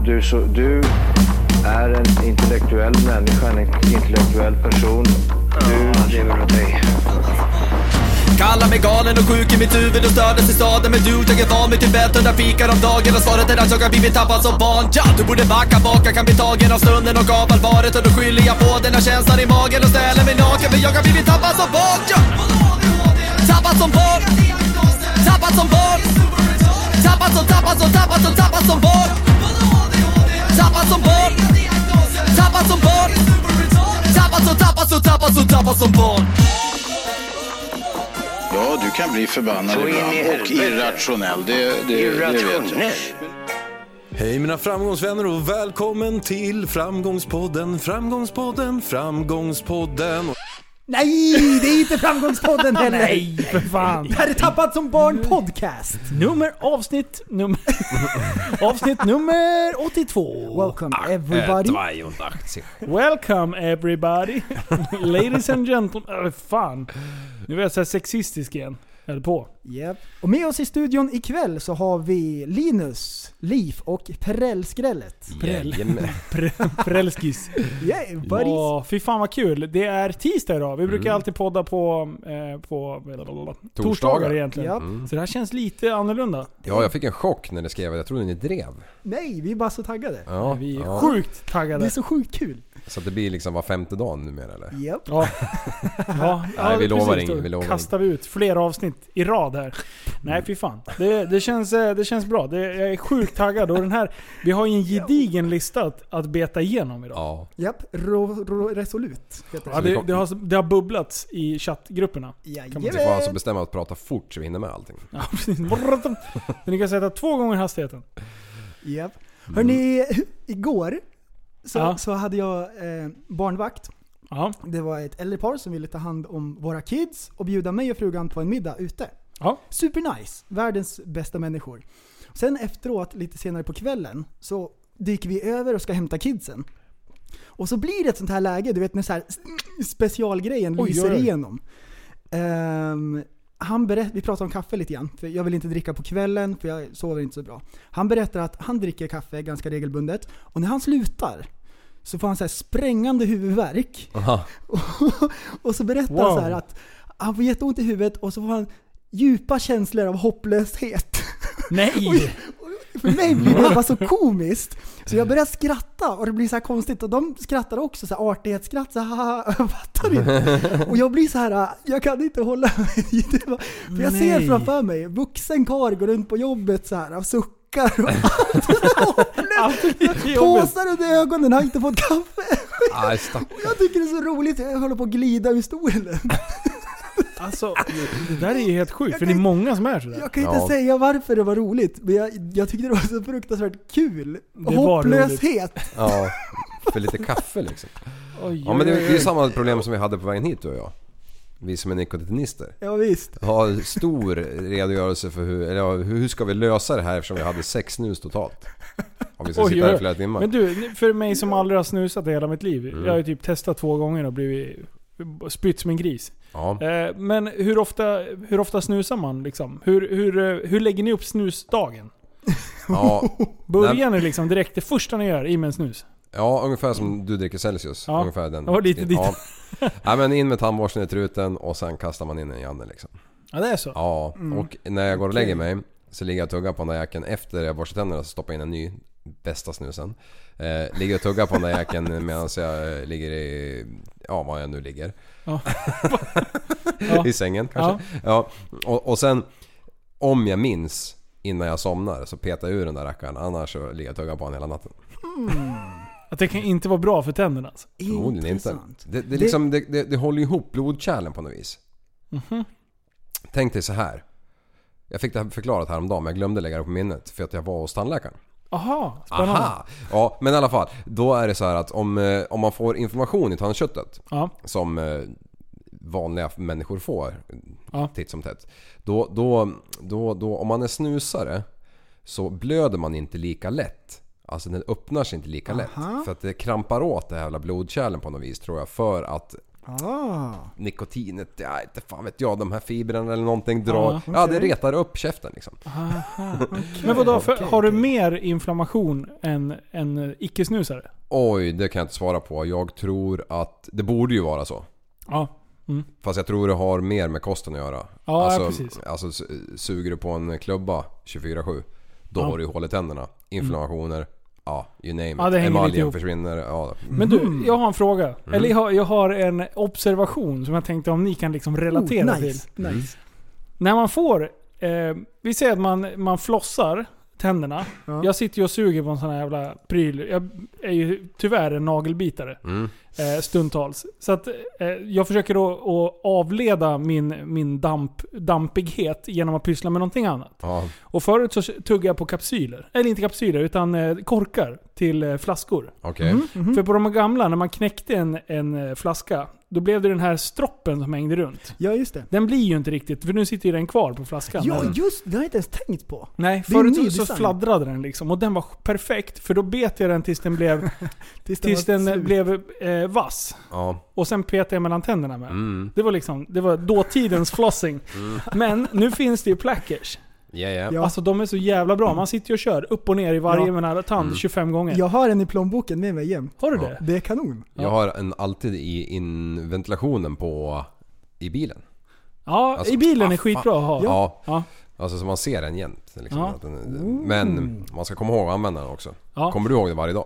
Du är en intellektuell människa, en intellektuell person. Du lever åt dig. Kallar mig galen och sjuk i mitt huvud och stördes i staden. Men du, jag är van vid Tibet under fikar om dagen. Och svaret är att jag har blivit tappad som barn. Ja, du borde backa bak, jag kan bli tagen av stunden och av allvaret. Och då skyller jag på den här känslan i magen och ställer mig naken. För jag har blivit tappad som barn. Ja. Tappad som barn. Tappad som barn. Tappad som barn. Tappad som barn. Tappad som barn. Tappad som barn. Ja, du kan bli förbannad ibland och irrationell. Det vet jag. Hej mina framgångsvänner och välkommen till Framgångspodden. Nej, det är inte Framgångspodden heller. Nej, för fan. Det här är Tappat som barn podcast. Avsnitt nummer 82. Welcome everybody. Welcome everybody. Ladies and gentlemen. Fan. Nu är jag så här sexistisk igen. Eller på. Yep. Och med oss i studion ikväll så har vi Linus, Liv och Perellskrället. Perellskis. Yeah, buddies. Åh, fy fan vad kul. Det är tisdag idag. Vi brukar alltid podda på torsdagar egentligen. Yep. Så det här känns lite annorlunda. Ja, jag fick en chock när det skrev. Jag trodde ni drev. Nej, vi är bara så taggade. Ja, Vi är sjukt taggade. Det är så sjukt kul. Så att det blir liksom var femte dag numera, eller? Yep. Ja. Nej, vi lovar precis, inget. Vi lovar kastar vi ut flera avsnitt i rad här. Nej, fy fan. Det känns bra. Jag är sjukt taggad. Och den här, vi har ju en gedigen lista att beta igenom idag. Ja. Japp, resolut heter Ja, det har bubblats i chattgrupperna. Jajamän. Vi får alltså bestämma att prata fort så vi hinner med allting. Ja, precis. Ni kan sätta 2 gånger hastigheten. Japp. Hörrni, igår så hade jag barnvakt. Ja. Det var ett äldre par som ville ta hand om våra kids och bjuda mig och frugan på en middag ute. Ja. Super nice. Världens bästa människor. Sen efteråt, lite senare på kvällen, så dyker vi över och ska hämta kidsen. Och så blir det ett sånt här läge, du vet, när så här specialgrejen lyser igenom. Vi pratar om kaffe lite grann, för jag vill inte dricka på kvällen för jag sover inte så bra. Han berättar att han dricker kaffe ganska regelbundet och när han slutar så får han så här sprängande huvudvärk. Och så berättar han så här att han får jätteont i huvudet och så får han djupa känslor av hopplöshet. Nej! För mig blir det bara så komiskt. Så jag börjar skratta och det blir så här konstigt. Och de skrattar också så här artighetsskratt. Så här, jag fattar inte. Och jag blir så här, jag kan inte hålla mig. För jag ser framför mig vuxen karl går runt på jobbet så här och suckar. Påsar under ögonen, har inte fått kaffe. Och jag tycker det är så roligt. Jag håller på att glida ur stolen. Alltså, det där är ju helt sjukt, för det är många som är sådär. Jag kan inte säga varför det var roligt, men jag tyckte det var så fruktansvärt kul. Det hopplöshet. Ja, för lite kaffe liksom. Oj, ja, men det är ju samma problem som vi hade på vägen hit, du och jag. Vi som är nikotinister. Ja, visst. Har stor redogörelse för hur ska vi lösa det här eftersom vi hade 6 snus totalt. Om vi ska sitta här i flera timmar. Men du, för mig som aldrig har snusat i hela mitt liv. Jag har ju typ testat 2 gånger och blivit spytt som en gris. Ja. Men hur ofta snusar man liksom? Hur lägger ni upp snusdagen? Ja. Börjar ni liksom direkt det första ni gör i med en snus? Ja, ungefär som du dricker Celsius. Ja. Ungefär den. Ja, lite dit. Ja, men in med tandborsten i truten och sen kastar man in den i Janne liksom. Ja, det är så. Ja, och när jag går och lägger mig så ligger jag och tuggar på den där jäkeln. Efter jag borstar tänderna så stoppar jag in en ny bästa snusen. Ligger och tuggar på den där jäkeln medan jag ligger i, ja, vad jag nu ligger. Ja. I sängen kanske. Ja. Och sen om jag minns innan jag somnar så petar jag ur den där rackaren. Annars så ligger jag och tuggar på den hela natten. Att det kan inte vara bra för tänderna alltså. Förmodligen inte. Det, liksom, det håller ihop blodkärlen på något vis. Tänk dig så här. Jag fick det här förklarat häromdagen, men jag glömde lägga det på minnet för att jag var hos tandläkaren. Aha, spännande. Aha. Ja, men i alla fall, då är det så här att om man får information i tandköttet som vanliga människor får titt som tätt, då om man är snusare så blöder man inte lika lätt. Alltså den öppnar sig inte lika lätt. För att det krampar åt det här jävla blodkärlen på något vis, tror jag. För att Nikotinet, ja, inte fan vet jag, de här fibrerna eller någonting drar. Ja, det retar upp käften liksom. Okay. Men vadå, har du mer inflammation än icke-snusare? Oj, det kan jag inte svara på. Jag tror att det borde ju vara så. Ja. Fast jag tror det har mer med kosten att göra. Ja, precis. Alltså suger du på en klubba 24/7, då har du hål i tänderna. Inflammationer, you name it. Ja, emaljen försvinner. Ja. Men du, jag har en fråga. Eller jag har en observation som jag tänkte om ni kan liksom relatera till. Nice. När man får, vi säger att man flossar tänderna. Ja. Jag sitter ju och suger på en sån här jävla pryl. Jag är ju tyvärr en nagelbitare. Stundtals. Så att jag försöker då att avleda min dampighet genom att pyssla med någonting annat. Ja. Och förut så tuggar jag på kapsyler. Eller inte kapsyler, utan korkar till flaskor. Okay. För på de gamla, när man knäckte en flaska, då blev det den här stroppen som hängde runt. Ja, just det. Den blir ju inte riktigt, för nu sitter ju den kvar på flaskan. Ja, just det. har jag inte ens tänkt på. Nej, förut så fladdrade den liksom. Och den var perfekt, för då bet jag den tills den blev tills den blev vass. Ja. Och sen petade jag mellan tänderna med. Det var dåtidens flossing. Men nu finns det ju plackers. Yeah. Alltså de är så jävla bra. Man sitter ju och kör upp och ner i varje med nära tand 25 gånger. Jag har en i plånboken med mig jämt. Har du det? Det är kanon. Jag har en alltid i ventilationen i bilen. Ja, alltså, i bilen är skitbra att ha. Ja. Alltså så man ser den jämt liksom, men man ska komma ihåg att använda den också. Kommer du ihåg det varje dag?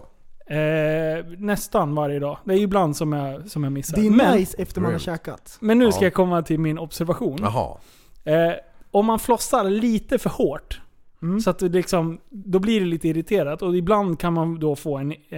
Nästan varje dag. Det är ibland som jag missar. Det är nice efter man har käkat. Men nu ska jag komma till min observation. Jaha. Om man flossar lite för hårt så att det liksom, då blir det lite irriterat. Och ibland kan man då få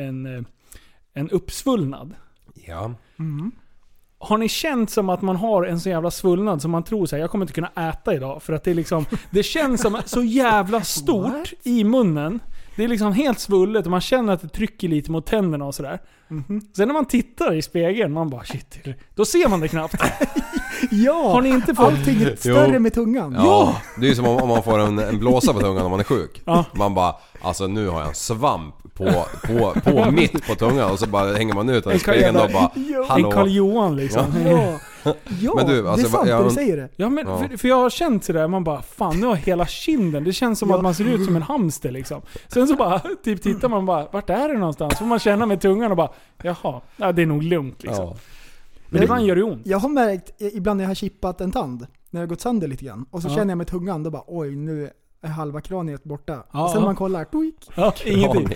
en uppsvullnad. Ja. Har ni känt som att man har en så jävla svullnad som man tror så här, jag kommer inte kunna äta idag för att det är liksom, det känns som så jävla stort i munnen. Det är liksom helt svullet och man känner att det trycker lite mot tänderna och sådär. Sen när man tittar i spegeln, man bara shit, då ser man det knappt. Ja, har ni inte fått allting är större med tungan? Ja, det är ju som om man får en blåsa på tungan om man är sjuk. Man bara, alltså nu har jag en svamp på mitt på tungan och så bara hänger man ut i spegeln och bara, hallå. En Karl Johan liksom. Ja, men du, alltså, det är sant, du säger det. Ja, men för jag har känt sådär, man bara, fan nu har hela kinden, det känns som att man ser ut som en hamster liksom. Sen så bara, typ tittar man bara, vart är det någonstans? Så får man känna med tungan och bara, jaha, det är nog lugnt liksom. Men det gör det ont. Jag har märkt, ibland när jag har chippat en tand, när jag har gått sönder lite grann, och så känner jag med tungan, då bara, oj nu är halva kraniet borta. Och sen när man kollar, tweak. Ingenting.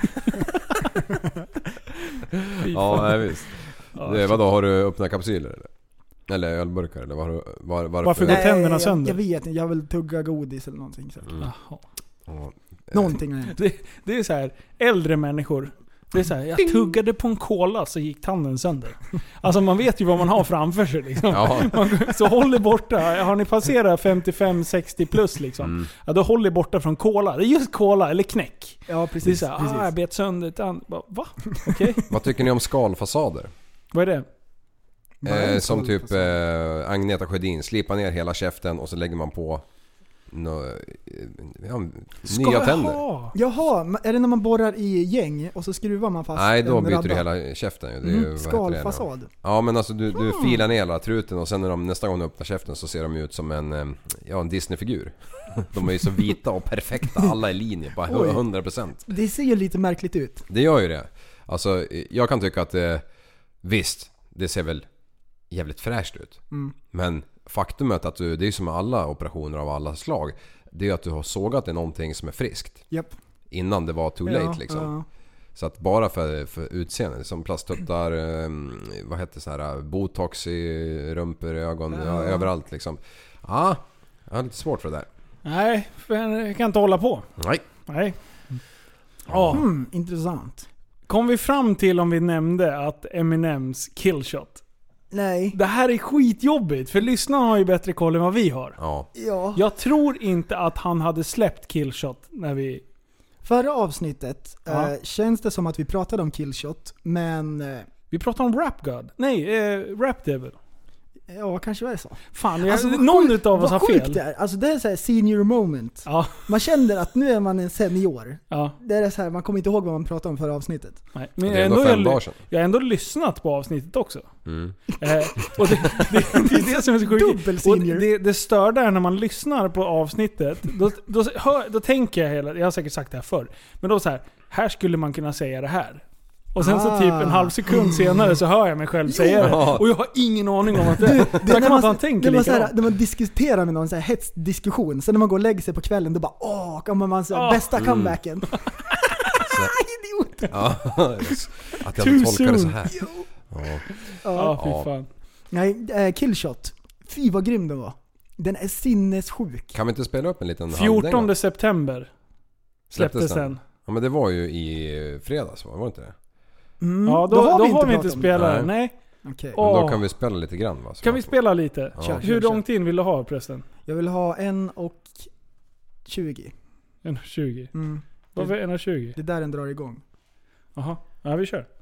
Ja, visst. Vadå, har du öppnat kapsyler eller? Eller ölburkar eller varför går tänderna sönder? Jag vet inte, jag vill tugga godis eller någonting så. Någonting. Det är så här, äldre människor. Det är så här, jag tuggade på en cola så gick tanden sönder. Alltså man vet ju vad man har framför sig liksom. Så håll borta. Har ni passerat 55-60 plus liksom, då håll borta från cola. Det är just cola eller knäck. Ja, precis. Det är så här, jag bet sönder tand. Va? Okej. Vad tycker ni om skalfasader? Vad är det? Som typ Agneta Sjödin, slipa ner hela käften och så lägger man på nya tänder. Jaha, är det när man borrar i gäng och så skruvar man fast? Nej, då byter du hela käften. Det är ju, skalfasad. Ja, men alltså du filar ner hela truten och sen när de nästa gång öppnar käften så ser de ut som en Disney-figur. De är ju så vita och perfekta, alla i linje, bara 100%. Det ser ju lite märkligt ut. Det gör ju det. Alltså, jag kan tycka att visst, det ser väl jävligt fräscht ut. Men faktumet att det är som med alla operationer av alla slag, det är att du har sågat i någonting som är friskt. Yep. Innan det var too late liksom. Så att bara för utseende, som plasttuttar, vad heter så här, botox i rumpor, ögon, överallt liksom. Jag har lite svårt för det där. Nej, jag kan inte hålla på. Nej. Intressant. Kom vi fram till, om vi nämnde, att Eminems Killshot. Nej. Det här är skitjobbigt, för lyssnarna har ju bättre koll än vad vi har. Ja. Jag tror inte att han hade släppt Killshot när vi... Förra avsnittet känns det som att vi pratade om Killshot, men... Vi pratade om Rap God. Nej, Rap Devil. Ja, kanske var så. Fan, någon utav oss har fel. Det är. Alltså det är så här senior moment. Ja. Man känner att nu är man en senior. Ja. Det är så här, man kommer inte ihåg vad man pratade om förra avsnittet. Nej. Men det är ändå 5 dagar sedan. Jag har ändå lyssnat på avsnittet också. Och det är det som är så sjukt. Dubbel senior. Det störda är när man lyssnar på avsnittet. Då tänker jag har säkert sagt det här förr. Men då så här skulle man kunna säga det här. Och sen så typ en halv sekund senare så hör jag mig själv säga det. Och jag har ingen aning om att det är. Så kan man tänka likadant. När man diskuterar med någon så här hetsdiskussion. Sen när man går och lägger sig på kvällen då bara kommer man säga bästa comebacken. Idiot. Ja, att jag tolkar det så här. Ja, fy fan. Nej, Killshot. Fy vad grym den var. Den är sinnessjuk. Kan vi inte spela upp en liten 14 september släpptes den. Ja, men det var ju i fredags, var det inte det? Ja, då har vi inte spelat. Nej. Okay. Men då kan vi spela lite grann, va? Kan vi spela lite? Ja. Hur lång tid vill du ha förresten? Jag vill ha 1:20. 1:20? Varför 1:20? Det är där den drar igång. Jaha, ja vi kör.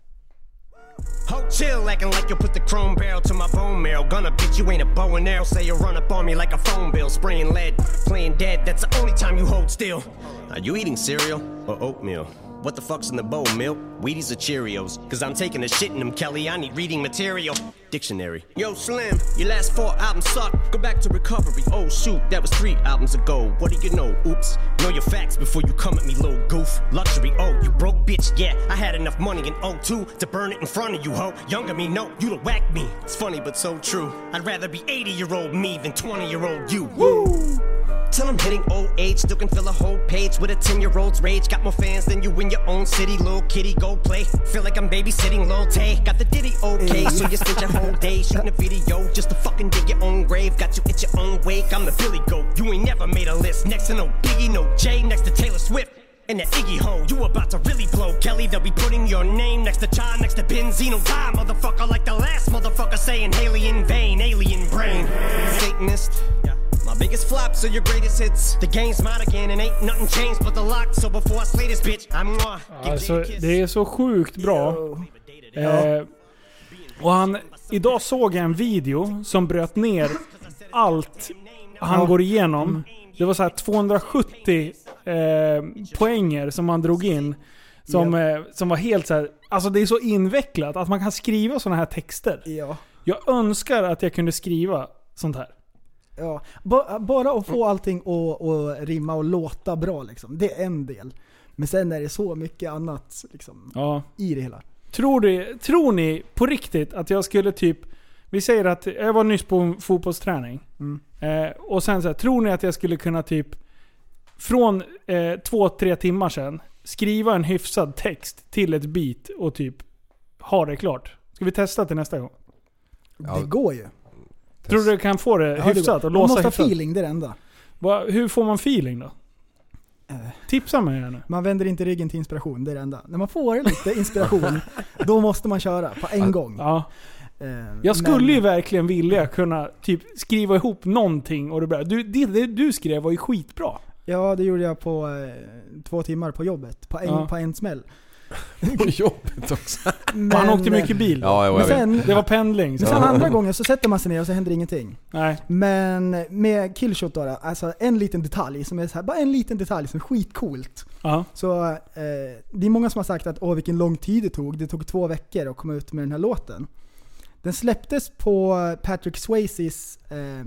Ho chill, acting like you'll put the chrome barrel to my bone marrow. Gonna bitch, you ain't a bow and arrow. Say you run up on me like a phone bill. Spraying lead, playing dead. That's the only time you hold still. Are you eating cereal or oatmeal? What the fuck's in the bowl, milk? Wheaties or Cheerios? Cause I'm taking a shit in them, Kelly. I need reading material. Dictionary. Yo, Slim, your last 4 albums suck. Go back to recovery. Oh, shoot, that was 3 albums ago. What do you know? Oops. Know your facts before you come at me, little goof. Luxury, oh, you broke bitch. Yeah, I had enough money in 02 to burn it in front of you, ho. Younger me, no, you'd whack me. It's funny, but so true. I'd rather be 80-year-old me than 20-year-old you. Woo! Till I'm hitting old age, still can fill a whole page with a 10-year-old's rage. Got more fans than you in your own city, little kitty, go play. Feel like I'm babysitting Lil Tay. Got the ditty okay, so you spent your whole day shooting a video just to fucking dig your own grave. Got you at your own wake, I'm the Billy Goat. You ain't never made a list, next to no Biggie, no Jay, next to Taylor Swift. And that Iggy Ho, you about to really blow, Kelly. They'll be putting your name next to John, next to Benzino. Die, motherfucker, like the last motherfucker saying Haley in vain, alien brain. Satanist, my biggest flops are your greatest hits. The game's mine again and ain't nothing changed but the lock. So before I slay this bitch, I'm alltså, det är så sjukt bra. Och idag såg jag en video som bröt ner allt han går igenom. Det var så här 270 poänger som han drog in. Som var helt så här. Alltså det är så invecklat att man kan skriva såna här texter. Ja. Jag önskar att jag kunde skriva sånt här. Ja, bara att få allting att rimma och låta bra liksom. Det är en del. Men sen är det så mycket annat liksom, i det hela. Tror ni på riktigt att jag skulle typ... Vi säger att jag var nyss på en fotbollsträning. Och sen så här, tror ni att jag skulle kunna typ från 2-3 timmar sedan skriva en hyfsad text till ett beat och typ ha det klart? Ska vi testa till nästa gång? Det går ju. Tror du kan få det hyfsat och låsa hyfsat? Man måste ha feeling, det är det enda. Hur får man feeling då? Tipsa mig här nu. Man vänder inte ryggen till inspiration, det är det enda. När man får lite inspiration, då måste man köra på en gång. Ja. Jag skulle ju verkligen vilja kunna typ skriva ihop någonting och det bra. Det du skrev var ju skitbra. Ja, det gjorde jag på 2 timmar på jobbet. På en smäll. På jobbet också. Han åkte mycket bil. Ja, det var pendling. Men sen andra gången så sätter man sig ner och så händer ingenting. Nej. Men med Killshot då, alltså en liten detalj som är så här, bara en liten detalj som är skitcoolt. Så det är många som har sagt att vilken lång tid det tog. Det tog 2 veckor att komma ut med den här låten. Den släpptes på Patrick Swayzes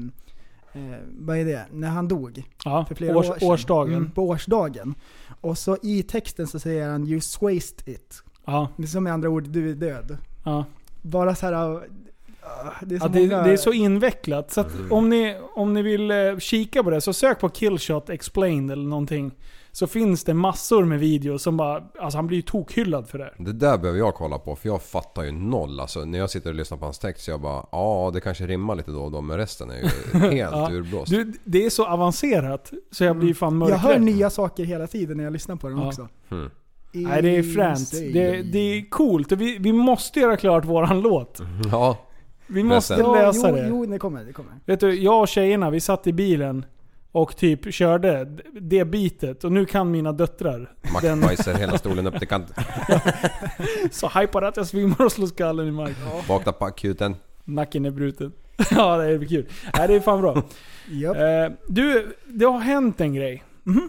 vad är det? När han dog. För flera år sedan. Årsdagen. På årsdagen. Och så i texten så säger han "You swayzed it". Det är som med andra ord, du är död. Bara så här. Det är så invecklat. Så att om ni vill kika på det, så sök på Killshot Explained eller någonting. Så finns det massor med videos som bara... Alltså han blir ju tokhyllad för det. Det där behöver jag kolla på, för jag fattar ju noll. Alltså när jag sitter och lyssnar på hans text, jag bara... det kanske rimmar lite då och då, men resten är ju helt urblåst. Det är så avancerat, så jag blir fan mörkrädd. Jag hör nya saker hela tiden när jag lyssnar på den också. Nej, det är fränt. Det är coolt. Och vi måste göra klart våran låt. Ja. Vi måste läsa det. Jo, det kommer. Vet du, jag och tjejerna, vi satt i bilen och typ körde det bitet. Och nu kan mina döttrar. Mackbajser hela stolen upp till kanten. Så hypar att jag svimmar och slår skallen i marken. Vakna på akuten. Nacken är bruten. Ja, det är kul. Nej, det är fan bra. Yep. Du, det har hänt en grej.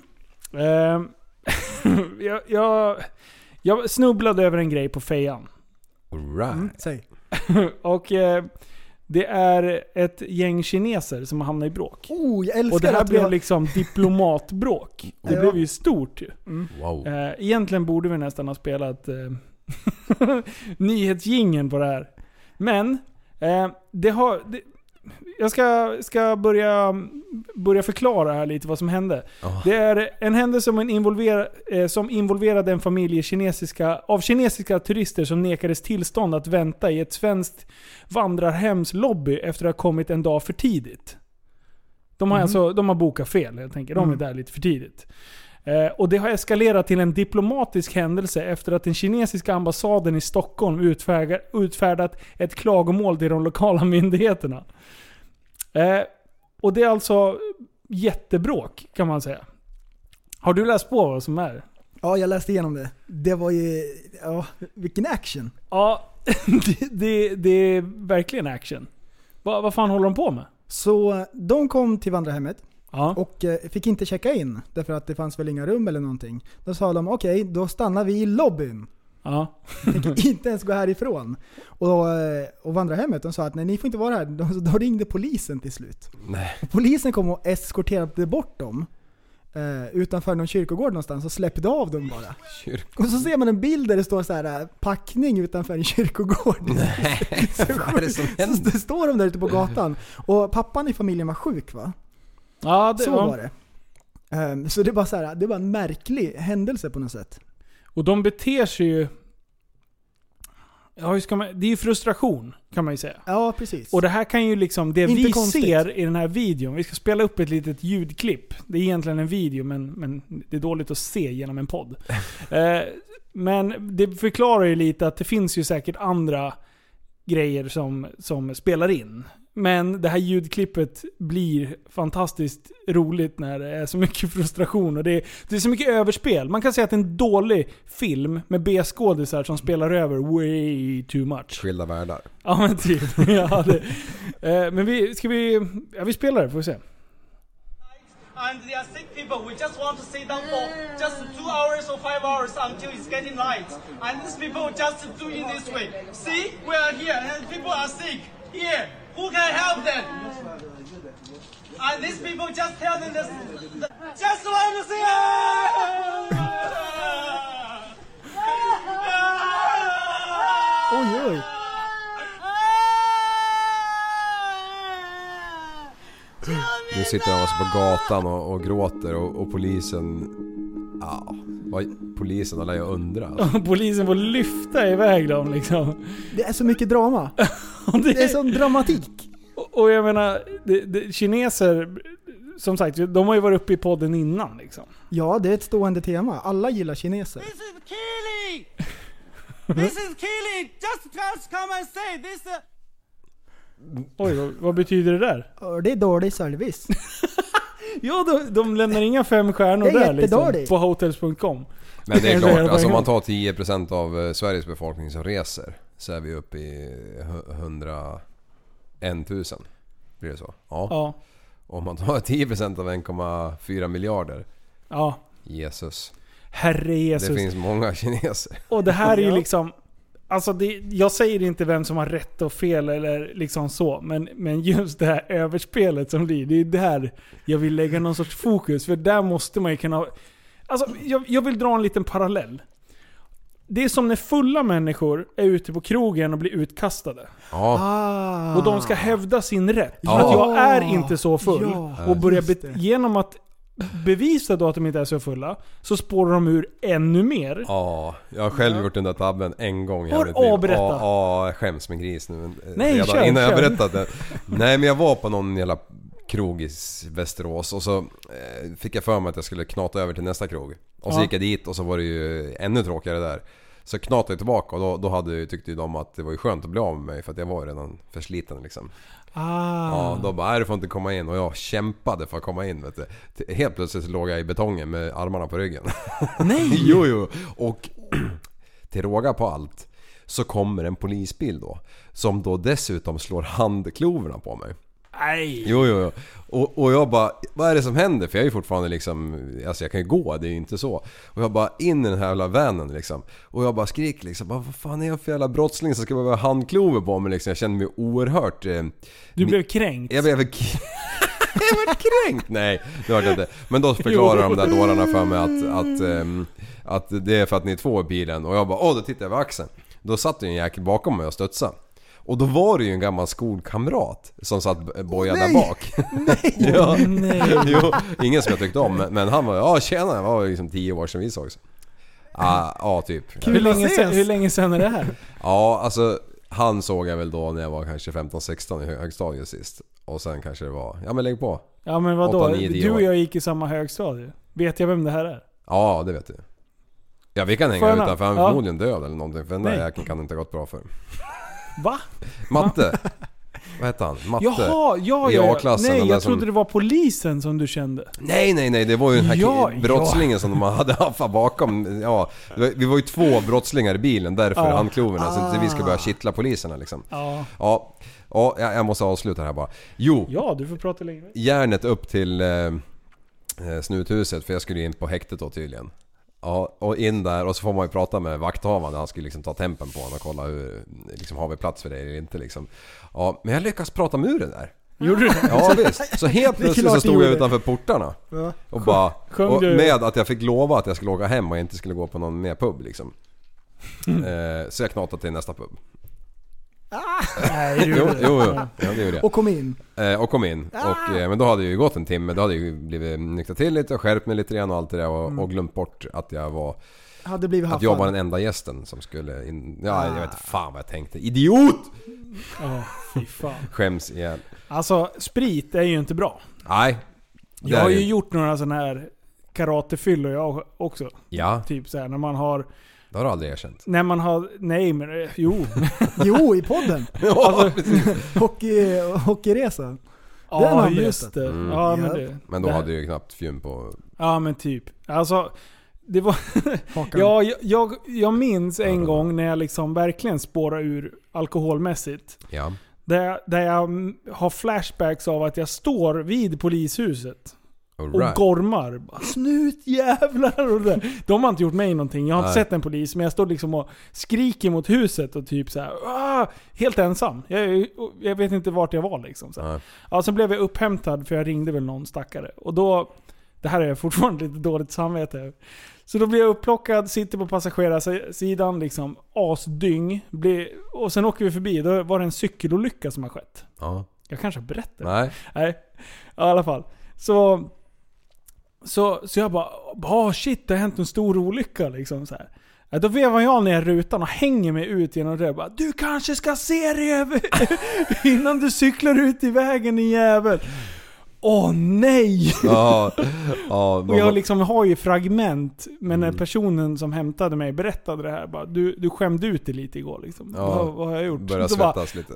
Jag snubblade över en grej på fejan. Right. Säg. Och det är ett gäng kineser som har hamnat i bråk. Jag älskar och det här att blev liksom diplomatbråk. Det blev ju stort ju. Wow. Egentligen borde vi nästan ha spelat nyhetsjingeln på det här. Men jag ska börja förklara här lite vad som hände. Det är en händelse som involverade en familj kinesiska turister som nekades tillstånd att vänta i ett svenskt vandrarhems lobby efter att ha kommit en dag för tidigt. De har bokat fel, jag tänker. De är där lite för tidigt. Och det har eskalerat till en diplomatisk händelse efter att den kinesiska ambassaden i Stockholm utfärdat ett klagomål till de lokala myndigheterna. Och det är alltså jättebråk, kan man säga. Har du läst på vad som är? Ja, jag läste igenom det. Det var ju... Ja, vilken action. Ja, det är verkligen action. Vad fan håller de på med? Så de kom till vandrarhemmet och fick inte checka in därför att det fanns väl inga rum eller någonting. Då sa de, okej, då stannar vi i lobbyn. Ja. Tänker inte ens gå härifrån. Och vandrarhemmet, de sa att nej, ni får inte vara här. Då ringde polisen till slut. Nej. Och polisen kom och eskorterade bort dem utanför någon kyrkogård någonstans och släppte av dem bara. Och så ser man en bild där det står så här packning utanför en kyrkogård. Nej, vad är det som händer? Så står de där ute på gatan. Och pappan i familjen var sjuk, va? Ja, det var det. Så det var så här, det var en märklig händelse på något sätt. Och de beter sig ju... Ja, det är ju frustration, kan man ju säga. Ja, precis. Och det här kan ju liksom... Det inte vi konstigt. ser i den här videon... Vi ska spela upp ett litet ljudklipp. Det är egentligen en video, men det är dåligt att se genom en podd. Men det förklarar ju lite att det finns ju säkert andra grejer som spelar in. Men det här ljudklippet blir fantastiskt roligt när det är så mycket frustration och det är så mycket överspel. Man kan säga att det är en dålig film med B-skådisar som spelar över way too much. Skilda världar. Ja, men typ. Men vi spelar det, får vi se. And they are sick people. We just want to sit down for just 2 hours or 5 hours until it's getting light. And these people just do in this way. See, we are here and people are sick. Here, who can help them? And these people just tell them this. Just let me see. Oj, oj. Nu sitter de alltså på gatan och gråter och polisen... Ja, polisen har ju undrat. Polisen får lyfta iväg dem liksom. Det är så mycket drama. Det är sån dramatik. Och jag menar, kineser, som sagt, de har ju varit uppe i podden innan liksom. Ja, det är ett stående tema. Alla gillar kineser. This is killing! This is killing! Just come and say this. Oj, vad betyder det där? Det är dålig service. Ja, de lämnar inga 5 stjärnor där liksom, på hotels.com. Men det är klart, alltså om man tar 10% av Sveriges befolkning som reser, så är vi uppe i 101 000. Blir det så? Ja. Om man tar 10% av 1,4 miljarder. Ja. Jesus. Herre Jesus. Det finns många kineser. Och det här är ju liksom... Alltså jag säger inte vem som har rätt och fel eller liksom så, men just det här överspelet som blir, det är där jag vill lägga någon sorts fokus, för där måste man ju kunna... Alltså jag vill dra en liten parallell. Det är som när fulla människor är ute på krogen och blir utkastade. Ja. Och de ska hävda sin rätt. Ja. Att jag är inte så full. Ja. Och börja genom att bevisa då att de inte är så fulla, så spårar de ur ännu mer. Ja, jag har själv gjort den där tabben en gång. Berätta. Ja, jag skäms med gris nu. Nej, innan jag berättat det. Nej, men jag var på någon jävla krog i Västerås och så fick jag för mig att jag skulle knata över till nästa krog. Och så gick jag dit och så var det ju ännu tråkigare där. Så knatade jag tillbaka och då tyckte ju de att det var ju skönt att bli av med mig, för att jag var redan försliten liksom. Ja, då bara, du får inte komma in. Och jag kämpade för att komma in, vet du. Helt plötsligt låg jag i betongen med armarna på ryggen. Nej! Jo. Och till råga på allt så kommer en polisbil då. Som då dessutom slår handkloverna på mig. Nej. Jo. Och jag bara, vad är det som händer? För jag är ju fortfarande liksom, alltså jag kan ju gå, det är ju inte så. Och jag bara in i den här jävla vanen liksom. Och jag bara skriker liksom, vad fan är jag för jävla brottsling som ska behöva handklover på mig liksom. Jag kände mig oerhört... Du blev kränkt? Jag blev kränkt? Nej, det var det inte. Men då förklarar de där dårarna för mig att det är för att ni är 2 i bilen. Och jag bara, då tittar jag över axeln. Då satt det en jäkel bakom mig och studsade. Och då var det ju en gammal skolkamrat som satt bojade där bak. Nej. Jo, ingen som jag tyckte om. Men han var, tjena, det var liksom 10 år sedan vi sågs. Ja, typ. Hur länge sedan är det här? Ja, alltså han såg jag väl då när jag var kanske 15-16 i högstadiet sist. Och sen kanske det var, men lägg på. Ja, men vadå? Du och jag gick i samma högstadie. Vet jag vem det här är? Ja, det vet du. Ja, vi kan hänga utanför, han är förmodligen död eller någonting. För den där jäkeln kan inte ha gått bra för. Va? Matte. Vad heter han? Matte. Jaha, i A-klassen. Nej, jag trodde det var polisen som du kände. Nej, det var ju den här brottslingen som de hade haft bakom. Ja, vi var ju 2 brottslingar i bilen, därför handkloverna. Så vi ska börja kittla poliserna liksom. Ja, jag måste avsluta det här bara. Jo. Ja, du får prata längre. Järnet upp till snuthuset, för jag skulle in på häktet då tydligen. Ja, och in där och så får man ju prata med vakthavaren. Han skulle liksom ta tempen på honom och kolla hur, liksom, har vi plats för det eller inte liksom. Ja, men jag lyckas prata med det där. Gjorde du? Ja, visst. Så helt plötsligt så stod jag utanför portarna. Ja. Och bara, och med att jag fick lova att jag skulle åka hem och inte skulle gå på någon mer pub liksom. Så jag knatade till nästa pub. Nej, jo, det gjorde jag. Och kom in. Men då hade det ju gått en timme. Då hade jag ju blivit nykter till lite och skärpt mig lite grann och allt det där och glömt bort att jag var... Att jag var den enda gästen som skulle in... Ja, jag vet inte fan vad jag tänkte. Idiot! Fy fan. Skäms igen. Alltså, sprit är ju inte bra. Nej. Jag har ju gjort några sådana här karatefyllor jag också. Ja. Typ så här när man har... Det har du aldrig erkänt. När man har... Nej, men... Jo. Jo, i podden. Ja, Hockeyresan. Ja, just det. Mm. Ja, men då hade du ju knappt fjun på... Ja, men typ. Alltså... Det var... jag minns en gång när jag liksom verkligen spårade ur alkoholmässigt. Ja. Där jag har flashbacks av att jag står vid polishuset. Right. Och gormar. Snutjävlar. Och det. De har inte gjort mig någonting. Jag har inte sett en polis. Men jag står liksom och skriker mot huset. Och typ så här, helt ensam. Jag vet inte vart jag var liksom. Så ja, så blev jag upphämtad. För jag ringde väl någon stackare. Och då... Det här är fortfarande lite dåligt samvete. Så då blir jag upplockad. Sitter på passagerarsidan. Liksom asdyng. Och sen åker vi förbi. Då var det en cykelolycka som har skett. Ja. Jag kanske har berättat. Nej. I alla fall. Så jag bara, shit, det har hänt en stor olycka liksom så här. Ja, då vevar jag ner rutan och hänger mig ut genom det. Bara, du kanske ska se dig över innan du cyklar ut i vägen, din jävel. Åh nej! Och jag liksom har ju fragment. Men när personen som hämtade mig berättade det här, bara, du skämde ut det lite igår liksom. Vad har jag gjort? Börjar svettas lite.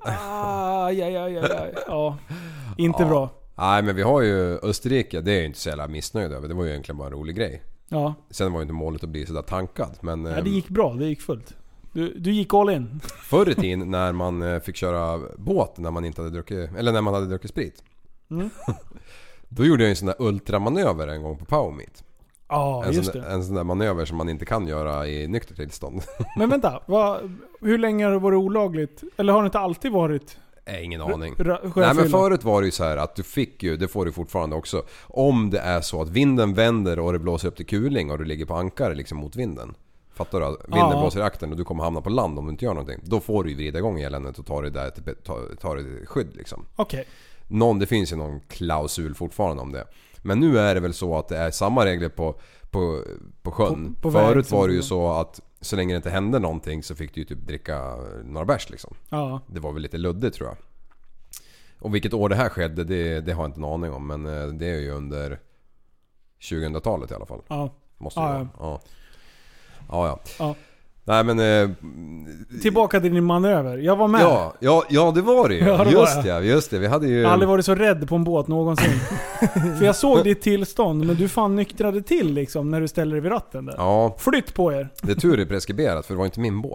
Ja, inte bra. Nej, men vi har ju Österrike. Det är ju inte så jävla missnöjd över. Det var ju egentligen bara en rolig grej. Ja. Sen var ju inte målet att bli sådär tankad. Men, det gick bra, det gick fullt. Du gick all in. Förr i tiden när man fick köra båt när man inte hade druckit, eller när man hade druckit sprit. Då gjorde jag en sån där ultramanöver en gång på Power Meet. En sån där manöver som man inte kan göra i nykter tillstånd. Men vänta, hur länge har det varit olagligt? Eller har det inte alltid varit? Ingen aning. Nej, men förut var det ju så här att du fick ju, det får du fortfarande också, om det är så att vinden vänder och det blåser upp till kuling och du ligger på ankare liksom mot vinden. Fattar du? Vinden blåser i akten och du kommer hamna på land om du inte gör någonting. Då får du ju vrida igång eländet och ta det skydd liksom. Okej. Det finns ju någon klausul fortfarande om det. Men nu är det väl så att det är samma regler på sjön. Förut var det ju så att så länge det inte hände någonting så fick du ju typ dricka några bärs liksom. Ja. Det var väl lite luddigt tror jag. Och vilket år det här skedde, det har jag inte en aning om. Men det är ju under 2000-talet i alla fall. Ja. Måste det vara. Ja. Nej, men tillbaka till din manöver. Jag var med. Ja, det var det ju. Just det. Vi hade ju... Jag har aldrig varit så rädd på en båt någonsin. För jag såg ditt tillstånd, men du fan nyktrade till liksom när du ställer dig vid ratten där. Ja. Flytt på er. Det är tur är preskriberat, för det var inte min båt.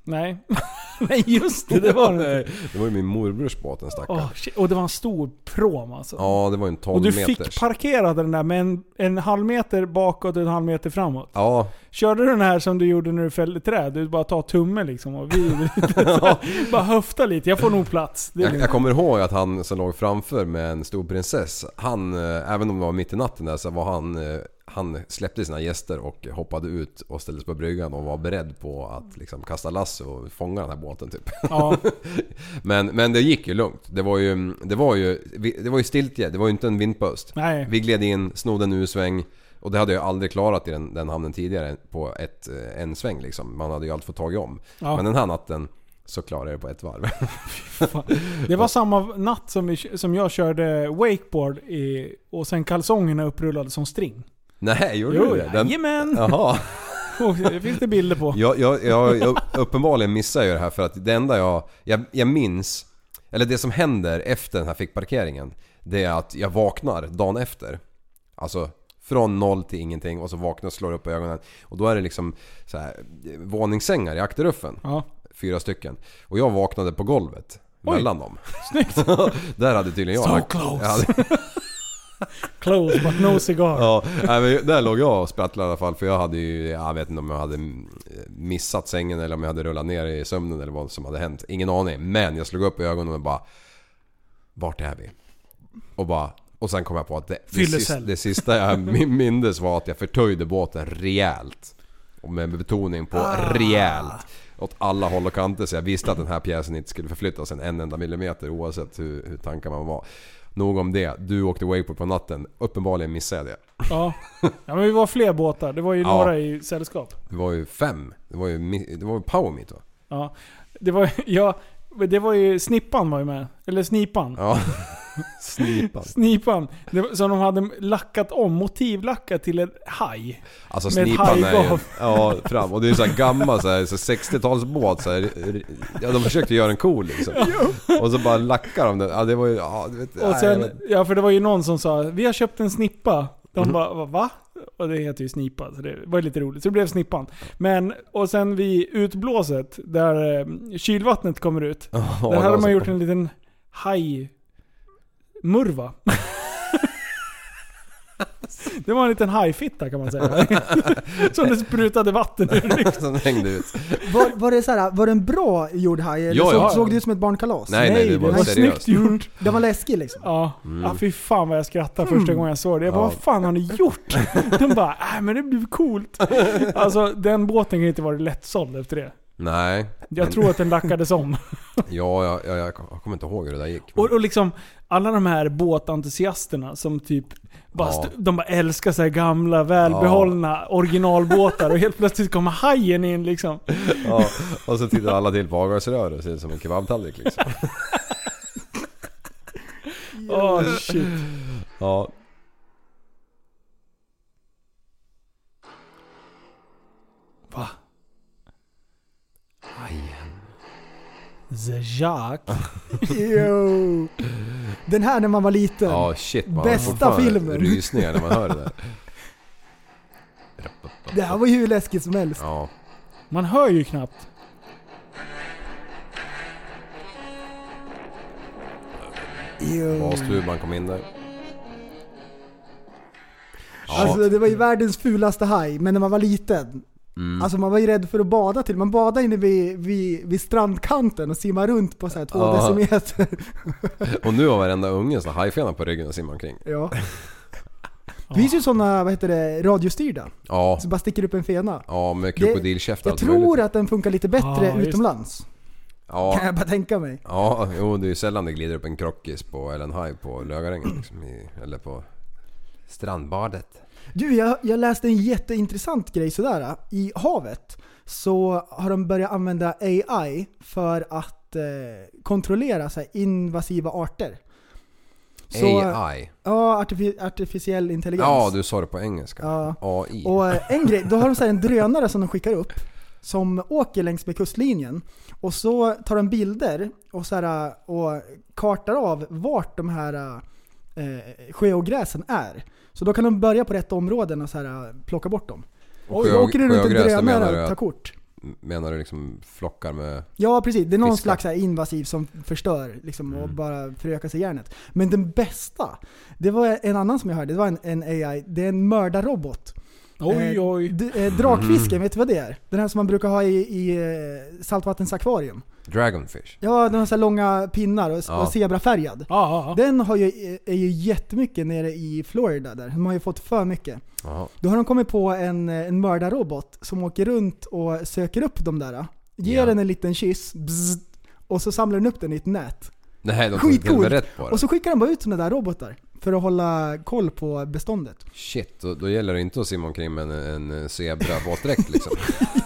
Nej. Nej, just det var det. Det var ju min morbrors båt, en stackare. Och det var en stor prom alltså. Ja, det var en 12 och du meters. fick parkera den där med en halv meter bakåt och en halv meter framåt. Ja. Körde du den här som du gjorde när du fällde träd? Du bara tar tummen liksom och bara höfta lite. Jag får nog plats. Jag kommer ihåg att han som låg framför med en stor prinsess, han, även om det var mitt i natten där, så var han släppte sina gäster och hoppade ut och ställde sig på bryggan och var beredd på att liksom kasta lasso och fånga den här båten typ. Ja. men det gick ju lugnt. Det var ju stiltje, det var ju inte en vindpust. Nej. Vi gled in, snodde en U-sväng och det hade jag aldrig klarat i den hamnen tidigare på en sväng liksom. Man hade ju alltid fått tag om. Ja. Men den här natten så klarade jag det på ett varv. Det var samma natt som jag körde wakeboard och sen kalsongerna upprullade som string. Nej, gjorde du det? Jajamän! Jaha. Det finns det bilder på. Jag uppenbarligen missar ju det här för att det enda jag minns, eller det som händer efter den här fickparkeringen, det är att jag vaknar dagen efter. Alltså från 0 till ingenting och så vaknar och slår upp ögonen. Och då är det liksom så här, våningssängar i akterruffen. Ja. 4 stycken. Och jag vaknade på golvet mellan dem. Snyggt! Där hade tydligen jag... So close! Close but no cigar. Ja, men där låg jag och sprattlade i alla fall. För jag hade ju, jag vet inte om jag hade missat sängen eller om jag hade rullat ner i sömnen eller vad som hade hänt. Ingen aning. Men jag slog upp ögonen och bara, vart är vi? Och sen kom jag på att det sista jag mindes var att jag förtöjde båten rejält. Och med betoning på rejält. Åt alla håll och kanter, så jag visste att den här pjäsen inte skulle förflyttas en enda millimeter oavsett hur tankar man var. Nog om det. Du åkte wakeboard på natten. Uppenbarligen missade jag det. Ja, men vi var fler båtar. Det var ju några i sällskap. Det var ju 5. Det var ju Power Meet va? Ja. Det var ju Snippan var ju med. Eller Snipan. Ja. Snipan. Så de hade lackat om, motivlackat till en haj. Alltså Snipan är ju, ja, fram. Och det är ju så här gammal så 60-talsbåt så här, ja, de försökte göra en cool liksom. Och så bara lackar de den. Ja, det var ju, ja, du vet. Och sen, ja, för det var ju någon som sa, vi har köpt en snippa. De bara, va? Och det heter ju snipa, så det var lite roligt. Så det blev Snippan. Men, och sen vid utblåset, där kylvattnet kommer ut. Där hade man gjort en liten hajmurva. Det var en liten hajfitta kan man säga. Som det sprutade vatten ur. Som hängde ut. Var det så här, var det en bra gjord haj? Eller såg det ut som ett barnkalas? Nej, det var snyggt gjort. Det var läskig liksom. Ja, fy fan vad jag skrattade första gången jag såg det. Jag bara, vad fan har ni gjort? De bara, men det blev coolt. Alltså, den båten kan inte vara lättsåld efter det. Nej. Jag tror att den lackades om. Ja, jag kommer inte ihåg hur det där gick. Och liksom, alla de här båtentusiasterna som typ de bara älskar så här gamla, välbehållna originalbåtar och helt plötsligt kommer hajen in liksom. Ja, och så tittar alla till på avgasrör och ser ut som en kebabtallrik liksom. Shit. Ja. Va? Hajen. The Jacques. Jo. Den här när man var liten. Ja, shit. Man bästa filmen. Rysningar när man hör det där. Det här var ju hur läskigt som helst. Ja. Man hör ju knappt. Bastur, man kom in där. Ja. Alltså det var ju världens fulaste haj. Men när man var liten. Alltså man var ju rädd för att bada till. Man badade inne vid strandkanten och simmade runt på så här 2 decimeter. Och nu har varenda unge så hajfena på ryggen och simmar omkring. Ja. Det finns ju sådana, radiostyrda. Ja. Så bara sticker upp en fena. Ja, med krokodilkäftar. Jag tror att den funkar lite bättre utomlands. Ja. Kan jag bara tänka mig. Ja, jo, det är ju sällan det glider upp en krockis eller en haj på Lögarängen liksom, eller på strandbadet. Du, jag läste en jätteintressant grej sådär. I havet så har de börjat använda AI för att kontrollera så här, invasiva arter. Så, AI? Ja, artificiell intelligens. Ja, du sa det på engelska. Ja. AI. Och en grej, då har de så här en drönare som de skickar upp som åker längs med kustlinjen. Och så tar de bilder och, så här, och kartar av vart de här sjöogräsen är. Så då kan de börja på rätt områden och så här, plocka bort dem. Och åker det runt en drönare och tar kort. Menar du liksom flockar med... Ja, precis. Det är någon fiskar. slags här invasiv som förstör liksom, och bara förökar sig hjärnet. Men den bästa, det var en annan som jag hörde. Det var en AI. Det är en mördarrobot. Oj. Drakfisken, vet du vad det är? Den här som man brukar ha i saltvattensakvarium. Dragonfish. Ja, den har så här långa pinnar och zebrafärgad. Den är ju jättemycket nere i Florida där. De har ju fått för mycket. Då har de kommit på en mördarrobot som åker runt och söker upp dem där. Ger den en liten kyss. Bzz, och så samlar den upp den i ett nät. Nej, de skitcoolt. Rätt på det. Och så skickar de bara ut såna där robotar för att hålla koll på beståndet. Shit, då gäller det inte att simma omkring med en zebra våtdräkt liksom.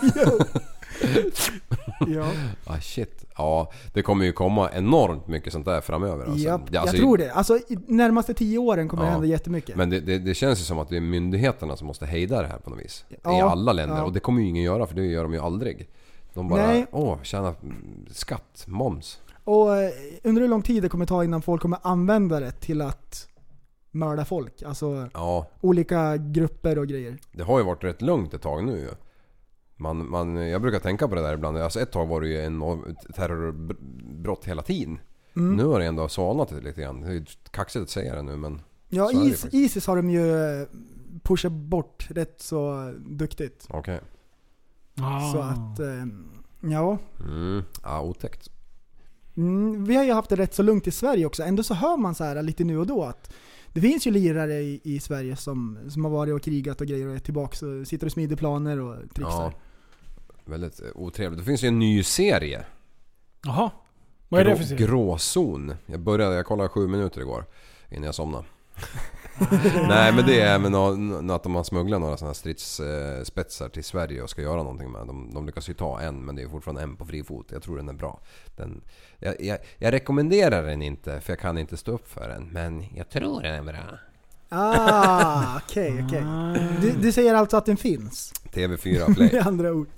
Ja. Shit. Ja, det kommer ju komma enormt mycket sånt där framöver. Alltså. Jag tror det. Alltså närmaste 10 åren kommer det hända jättemycket. Men det känns ju som att det är myndigheterna som måste hejda det här på något vis. I alla länder. Och det kommer ju ingen göra, för det gör de ju aldrig. De bara, tjäna skatt, moms. Och under hur lång tid det kommer ta innan folk kommer använda det till att mörda folk? Alltså olika grupper och grejer. Det har ju varit rätt lugnt ett tag nu. Jag brukar tänka på det där ibland. Alltså ett tag var det ju en terrorbrott hela tiden. Nu har det ändå svalnat lite grann. Det är kaxigt att säga det nu, men... Ja, ISIS har de ju pushat bort rätt så duktigt. Okej. Så att, ja. Otäckt. Vi har ju haft det rätt så lugnt i Sverige också. Ändå så hör man så här lite nu och då att det finns ju lirare i Sverige som har varit och krigat och grejer och är tillbaka och sitter och smider planer och trixar. Ja, väldigt otrevligt. Det finns ju en ny serie. Jaha. Vad är det för serie? Gråzon. Jag kollade 7 minuter igår innan jag somnade. Nej, men det är även att de har smugglat några sådana stridsspetsar till Sverige och ska göra någonting med. De lyckas ju ta en, men det är fortfarande en på fri fot. Jag tror den är bra. Jag rekommenderar den inte, för jag kan inte stå upp för den, men jag tror den är bra. Okej. Du säger alltså att den finns? TV4 Play. Med andra ord.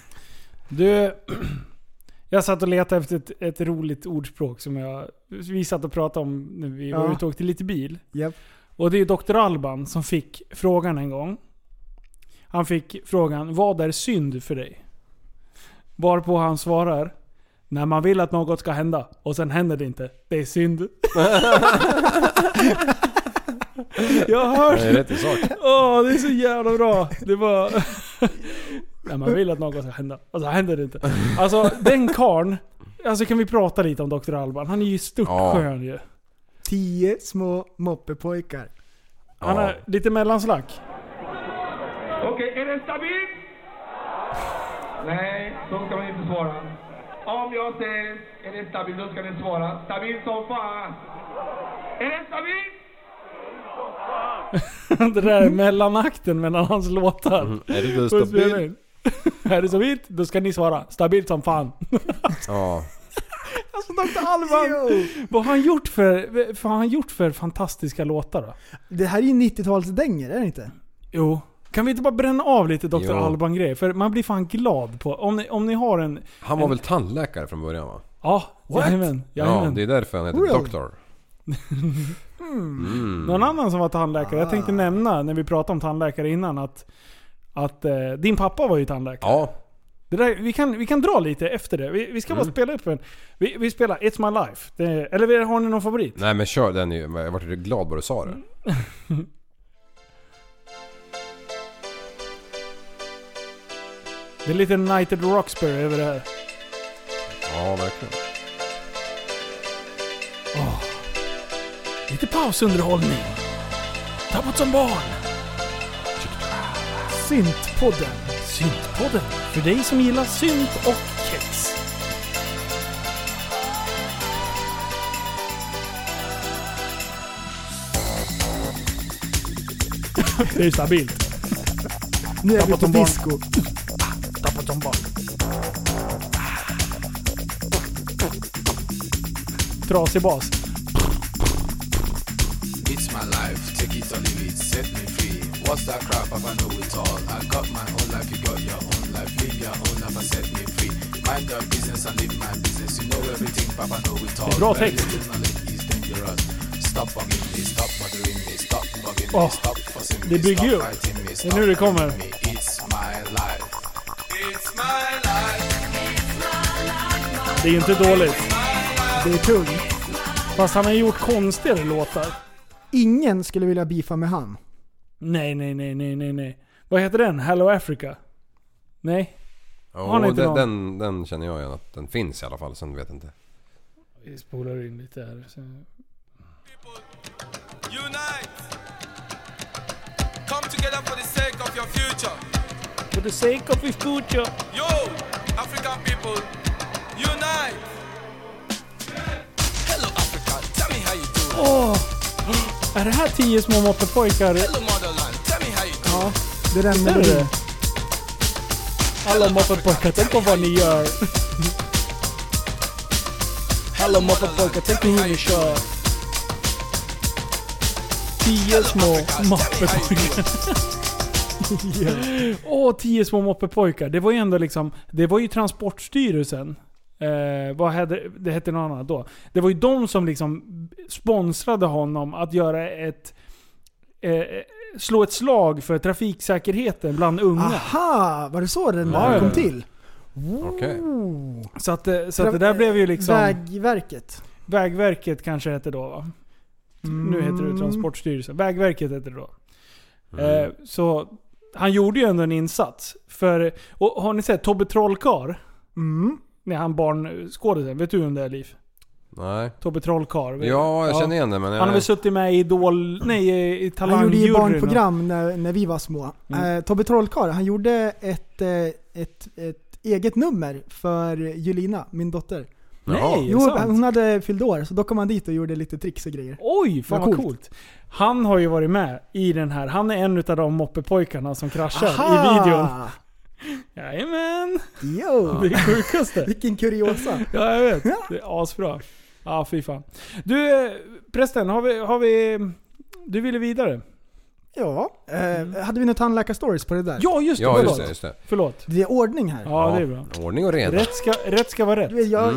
Jag satt och letade efter ett roligt ordspråk som vi satt och pratade om när vi var ute och åkte lite bil. Yep. Och det är Dr. Alban som fick frågan en gång. Han fick frågan, vad är synd för dig? Varpå han svarar, när man vill att något ska hända och sen händer det inte. Det är synd. Jag har hört. Det är rätt i sak. Det är så jävla bra. Det var när man vill att något ska hända och så händer det inte. Alltså den karln, alltså kan vi prata lite om Dr. Alban? Han är ju stort skön ju. 10 små moppepojkar. Han är lite mellanslack. Okej, är det stabilt? Nej, så ska man inte svara. Om jag säger är det stabilt, då ska ni svara stabilt som fan. Är det stabilt? Det där är mellanakten mellan hans låtar. Är det stabilt? Är det stabilt? Då ska ni svara stabilt som fan. Ja. Alltså Dr. Alban, vad har han gjort för fantastiska låtar då? Det här är ju 90-talsdänger, är det inte? Jo. Kan vi inte bara bränna av lite Dr. Alban-grej? För man blir fan glad på... Om ni har en... Han var väl tandläkare från början, va? Ja, jajamän. Ja, det är därför han heter Doktor. Någon annan som var tandläkare. Jag tänkte nämna, när vi pratade om tandläkare innan, att din pappa var ju tandläkare. Ja. Det där, vi kan dra lite efter det. Vi ska bara spela upp en. Vi spelar It's My Life. Eller har ni någon favorit? Nej, men kör den ju. Jag var glad bara du sa det. Det är lite Night at the Roxbury över det här. Ja, verkligen. Lite pausunderhållning. Tappat som barn. Syntpodden. Syntpodden. För dig som gillar synt och kex. Det är stabilt. Nu är vi på disco. Tappat som barn. Trasig bas. It's my life, take it or leave it, set me free. What's that crap? I know it all. I got my own life, you got your own life. Live your own life and set me free. Mind your business and live my business. You know everything, Papa know it all. Bra text. Stop bugging me, stop bothering me, stop bugging me, stop fussing me, det bygger ju. Det är nu det kommer. It's my life. It's my life. Det är ju inte dåligt. Det är tungt. Fast han har gjort konstigare låtar. Ingen skulle vilja beefa med han. Nej. Vad heter den? Hello Africa? Nej. Den känner jag igen att den finns i alla fall, sen vet jag inte. Vi spolar in lite här. Så. Unite! Come together for the sake of your future. For the sake of your future. Yo, African people, unite! Hello Africa, tell me how you do. Är det här 10 små moppepojkar? Hello motherland, tell me how you do. Ja, det är den med det. Alla moppepojkar, tänk på vad ni gör. Alla moppepojkar, tänk på hur ni kör. 10 små moppepojkar. 10 små moppepojkar. Det var ju ändå liksom, det var ju Transportstyrelsen. Det hette något annat då. Det var ju de som liksom sponsrade honom att göra slå ett slag för trafiksäkerheten bland unga. Aha, var det så den där kom till? Okej. Så att det där blev ju liksom Vägverket kanske hette då, va? Nu heter det Transportstyrelsen. Vägverket heter det då. Så han gjorde ju ändå en insats. Och har ni sett Tobbe Trollkarl? När han barnskådespelaren. Vet du om det är, Liv? Nej. Tobbe Trollkarl. Ja, jag känner igen det. Men han har väl suttit med i i Talang. Han gjorde ju barnprogram när vi var små. Tobbe Trollkarl, han gjorde ett eget nummer för Julina, min dotter. Nej, jo, hon hade fyllt år, så då kom han dit och gjorde lite tricks och grejer. Oj, fan vad coolt. Han har ju varit med i den här. Han är en av de moppepojkarna som kraschar i videon. Jajamän. Jo. Det är sjukaste. Vilken kuriosa. Ja, jag vet. Det är asbra. Ja, fy fan. Du, prästen, har vi du ville vidare? Ja. Hade vi några tandläkarstories på det där? Ja, just det. Ja, förlåt. just det. Förlåt. Det är ordning här. Ja, det är bra. Ordning och reda. Rätt ska vara rätt.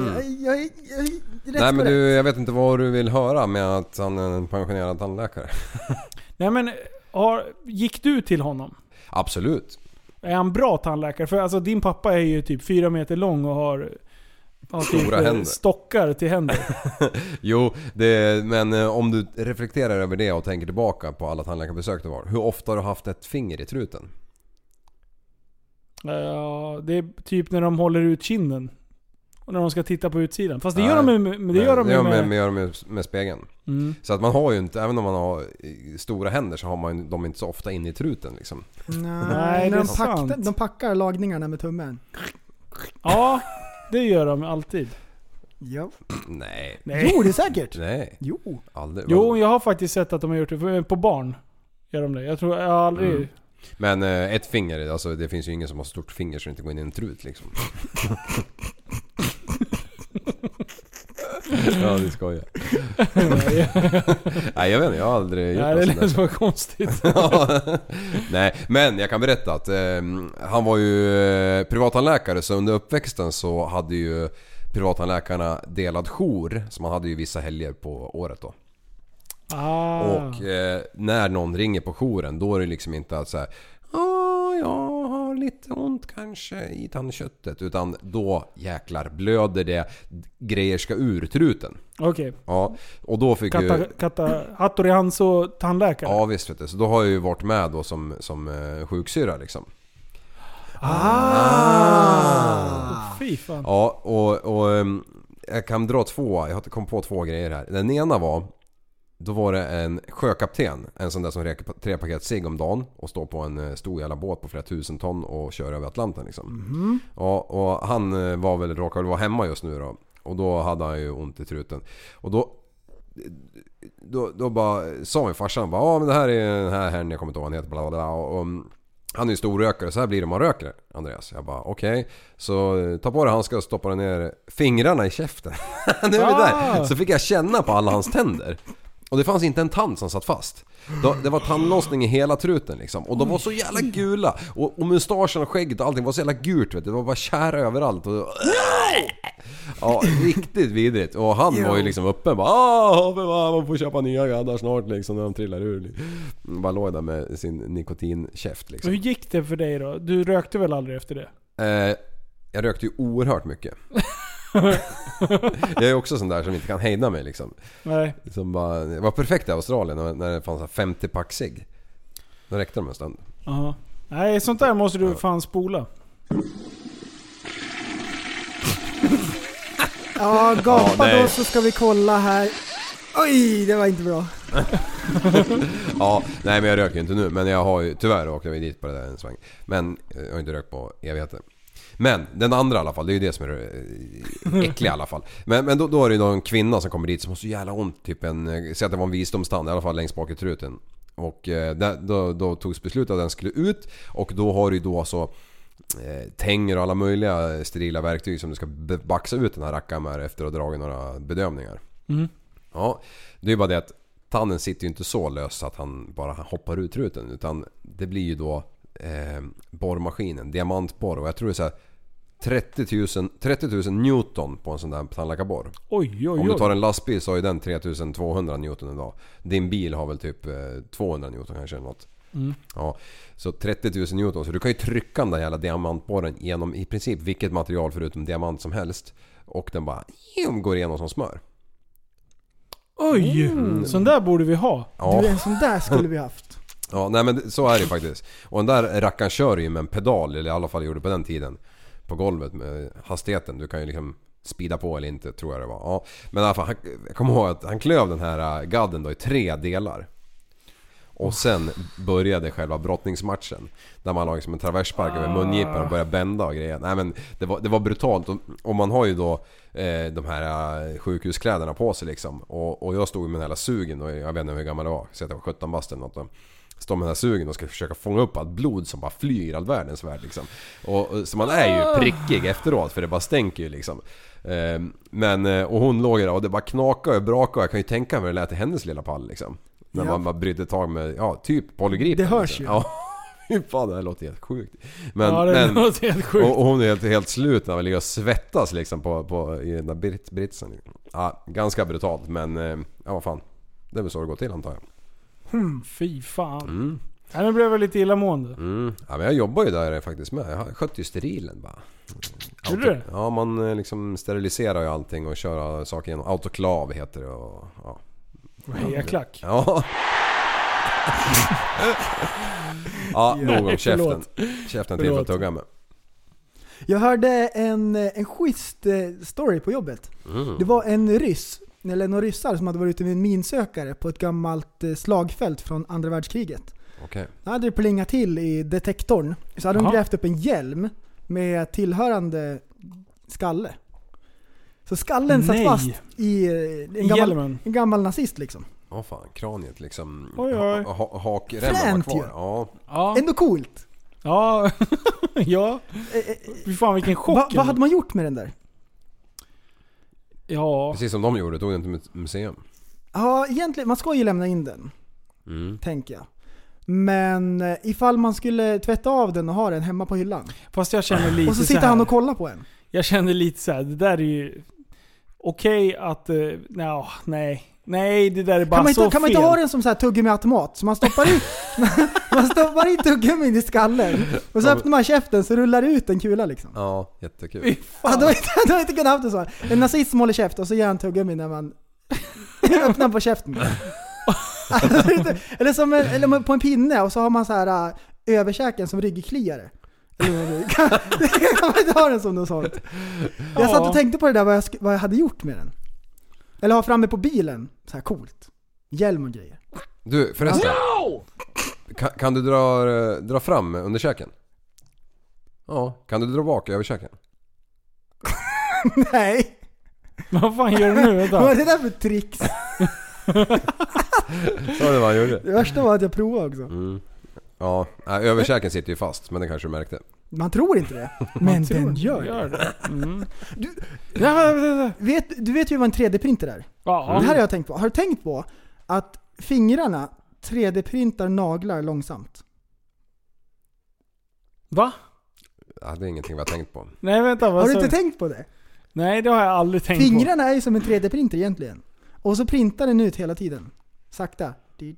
Nej, men du, jag vet inte vad du vill höra med att han är en pensionerad tandläkare. Nej, men gick du till honom? Absolut. Är han bra tandläkare? För alltså, din pappa är ju typ 4 meter lång och har stora händer. Stockar till händer. Jo, men om du reflekterar över det och tänker tillbaka på alla tandläkarbesök du var. Hur ofta har du haft ett finger i truten? Ja, det är typ när de håller ut kinden. Och när de ska titta på utsidan. Fast det gör de med spegeln. Så att man har ju inte, även om man har stora händer, så har man dem inte så ofta in i truten liksom. Nej, de packar lagningarna med tummen. Ja, det gör de alltid. Ja. Nej. Jo, det är säkert. Nej. Jo. Aldrig. Jo, jag har faktiskt sett att de har gjort det. På barn gör de det. Jag tror jag aldrig... Men ett finger, alltså det finns ju ingen som har stort finger så det inte går in i en trut liksom. Ja, det skojar. Nej, jag vet inte, jag har aldrig gjort det lät så konstigt. Nej, men jag kan berätta att han var ju privattandläkare, så under uppväxten så hade ju privattandläkarna delad jour, så man hade ju vissa helger på året då. Och när någon ringer på jouren, då är det liksom inte att säga jag har lite ont kanske i tandköttet, utan då jäklar blöder det, grejer ska ur truten. Okej. Ja, och då fick Hattori Hanso tandläkare. Ja, visst vet du. Så då har jag ju varit med då som sjuksyra liksom. Fy fan. Ja, och jag kan dra jag kom på 2 grejer här. Den ena var, då var det en sjökapten, en sån där som räcker 3 paket cigg om dagen och står på en stor jävla båt på flera tusen ton och kör över Atlanten liksom. Ja, och han råkade vara hemma just nu då, och då hade han ju ont i truten. Och då bara sa min farsan bara, men det här är den här herren, jag kommer inte ihåg vad han heter, bla bla bla, och han är ju storrökare, så här blir det om man röker, Andreas. Jag bara okej. Så ta på dig handskar och stoppa ner fingrarna i käften. Nu är vi där. Så fick jag känna på alla hans tänder. Och det fanns inte en tand som satt fast. Det var tandlossning i hela truten liksom. Och de var så jävla gula. Och mustaschen och skägget och allting var så jävla gult, vet du. Det var bara kära överallt. Ja, riktigt vidrigt. Och han var ju liksom uppe bara, man får köpa nya gaddar snart liksom, när de trillar ur. Bara låg där med sin nikotinkäft liksom. Hur gick det för dig då? Du rökte väl aldrig efter det? Jag rökte ju oerhört mycket. Jag är också sån där som inte kan hejda mig liksom. Nej. Som bara, det var perfekt i Australien när det fanns 50-pack cigg. Då räckte de en stund. Aha. Nej, sånt där måste du fan spola. Ja, gapa då så ska vi kolla här. Oj, det var inte bra. Ja, nej men jag röker ju inte nu. Men jag har ju, tyvärr åkte vi dit på det där en sväng. Men jag har inte rökt på evigheter. Men den andra i alla fall, det är ju det som är äcklig i alla fall. Men då är det ju någon kvinna som kommer dit som har så jävla ont. Typ säg att det var en visdomstand i alla fall längst bak i truten. Och då togs beslutet att den skulle ut. Och då har du då så tänger och alla möjliga sterila verktyg som du ska baxa ut den här rackaren med efter att ha dragit några bedömningar. Ja, det är ju bara det att tanden sitter ju inte så lös så att han bara hoppar ut truten. Utan det blir ju då borrmaskinen, diamantborr. Och jag tror det är så här 30 000 Newton på en sån där tandläkarborr. Oj. Om du tar en lastbil så är den 3200 Newton idag. Din bil har väl typ 200 Newton kanske eller något. Ja, så 30 000 Newton. Så du kan ju trycka den där jävla diamantborren genom i princip vilket material förutom diamant som helst. Och den bara går igenom som smör. Oj, sån där borde vi ha. Ja. En sån där skulle vi haft. Ja, nej men så är det faktiskt. Och den där rackaren kör ju med en pedal, eller i alla fall gjorde på den tiden, på golvet med hastigheten. Du kan ju liksom speeda på eller inte, tror jag det var. Ja, men i alla fall, jag kommer ihåg att han klöv den här gadden då i 3 delar. Och sen började själva brottningsmatchen. Där man har liksom en traversspark med mungipan och började bända och grejer. Nej men det var brutalt. Och man har ju då de här sjukhuskläderna på sig liksom. Och jag stod med den här sugen och jag vet inte hur gammal det var. Så jag var 17 bast eller något. Står med den här sugen och ska försöka fånga upp allt blod som bara flyr all världens värld liksom. Och så man är ju prickig efteråt för det bara stänker ju liksom. Och hon låg där och det bara knakade och brakade. Jag kan ju tänka mig det lät i hennes lilla pall liksom. När man bara brydde tag med, typ polygrip. Det hörs ju. Ja, fan det här låter helt sjukt. Det låter helt sjukt. Och hon är helt slut när man ligger och svettas liksom i den där britsen. Ja, ganska brutalt, men vad fan. Det är väl så det går till antar jag. Fy fan. Ja, nu blev jag lite illamående. Ja, men jag jobbar ju där faktiskt med. Jag skötte ju sterilen bara. Gjorde du? Ja, man liksom steriliserar ju allting och kör saker genom autoklav heter det och ja. Hejaklack. Ja. Ja, nog om käften. Käften till för att tugga med. Jag hörde en schysst story på jobbet. Det var en ryss, eller några ryssar som hade varit ute med en minsökare på ett gammalt slagfält från andra världskriget. Okej. Då hade det plingat till i detektorn. Så hade de grävt upp en hjälm med tillhörande skalle. Så skallen satt fast i en gammal nazist liksom. Ja fan, kraniet liksom. Oj. Hakremmen var kvar. Ja. Ändå coolt. Ja. Ja. Fy fan vilken chock. Vad hade man gjort med den där? Ja. Precis som de gjorde, tog den till museum. Ja, egentligen, man ska ju lämna in den. Tänker jag. Men ifall man skulle tvätta av den och ha den hemma på hyllan. Fast jag känner lite och så sitter han och kollar på en. Jag känner lite så här, det där är ju okej att nej, det där är bara så fel. Kan man inte ha den som så här tuggummi-automat? Så man stoppar in tuggummin i skallen. Och så öppnar man käften så rullar det ut en kula liksom. Ja, jättekul. Ja, då har inte kunnat haft det så. En nazist som håller käft och så ger han tuggummi när man öppnar på käften. eller på en pinne och så har man så här överkäken som ryggkliare. Kan man inte ha den som något sånt? Jag satt och tänkte på det där vad jag hade gjort med den. Eller ha framme på bilen. Så här coolt. Hjälm och grejer. Du, förresten. Kan du dra fram under käken? Ja, kan du dra bak över käken? Nej. Vad fan gör du nu då? Vad är det där för tricks? Så det var jag gjorde. Det värsta var att jag provade också. Ja, överkäken sitter ju fast, men det kanske du märkte. Man tror inte det, men den gör det. Du vet ju vad en 3D-printer är. Ja. Det här har jag tänkt på. Har du tänkt på att fingrarna 3D-printar naglar långsamt? Va? Ja, det är ingenting vi har tänkt på. Nej, vänta. Har du inte tänkt på det? Nej, det har jag aldrig tänkt fingrarna på. Fingrarna är ju som en 3D-printer egentligen. Och så printar den ut hela tiden. Sakta.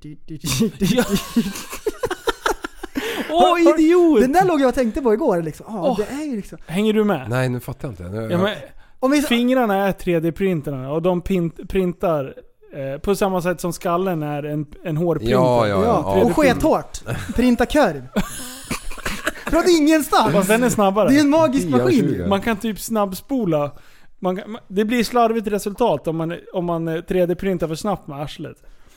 Åh, idiot! Den där låg jag och tänkte på igår liksom. Det är ju liksom. Hänger du med? Nej, nu fattar jag inte. Fingrarna är 3D-printerna och de printar på samma sätt som skallen är en hårprinter. Ja. Och skethårt. Printa kurv. Från ingenstans. Fast den är snabbare. Det är en magisk maskin. Man kan typ snabbspola. Det blir slarvigt resultat om man 3D-printar för snabbt med arslet.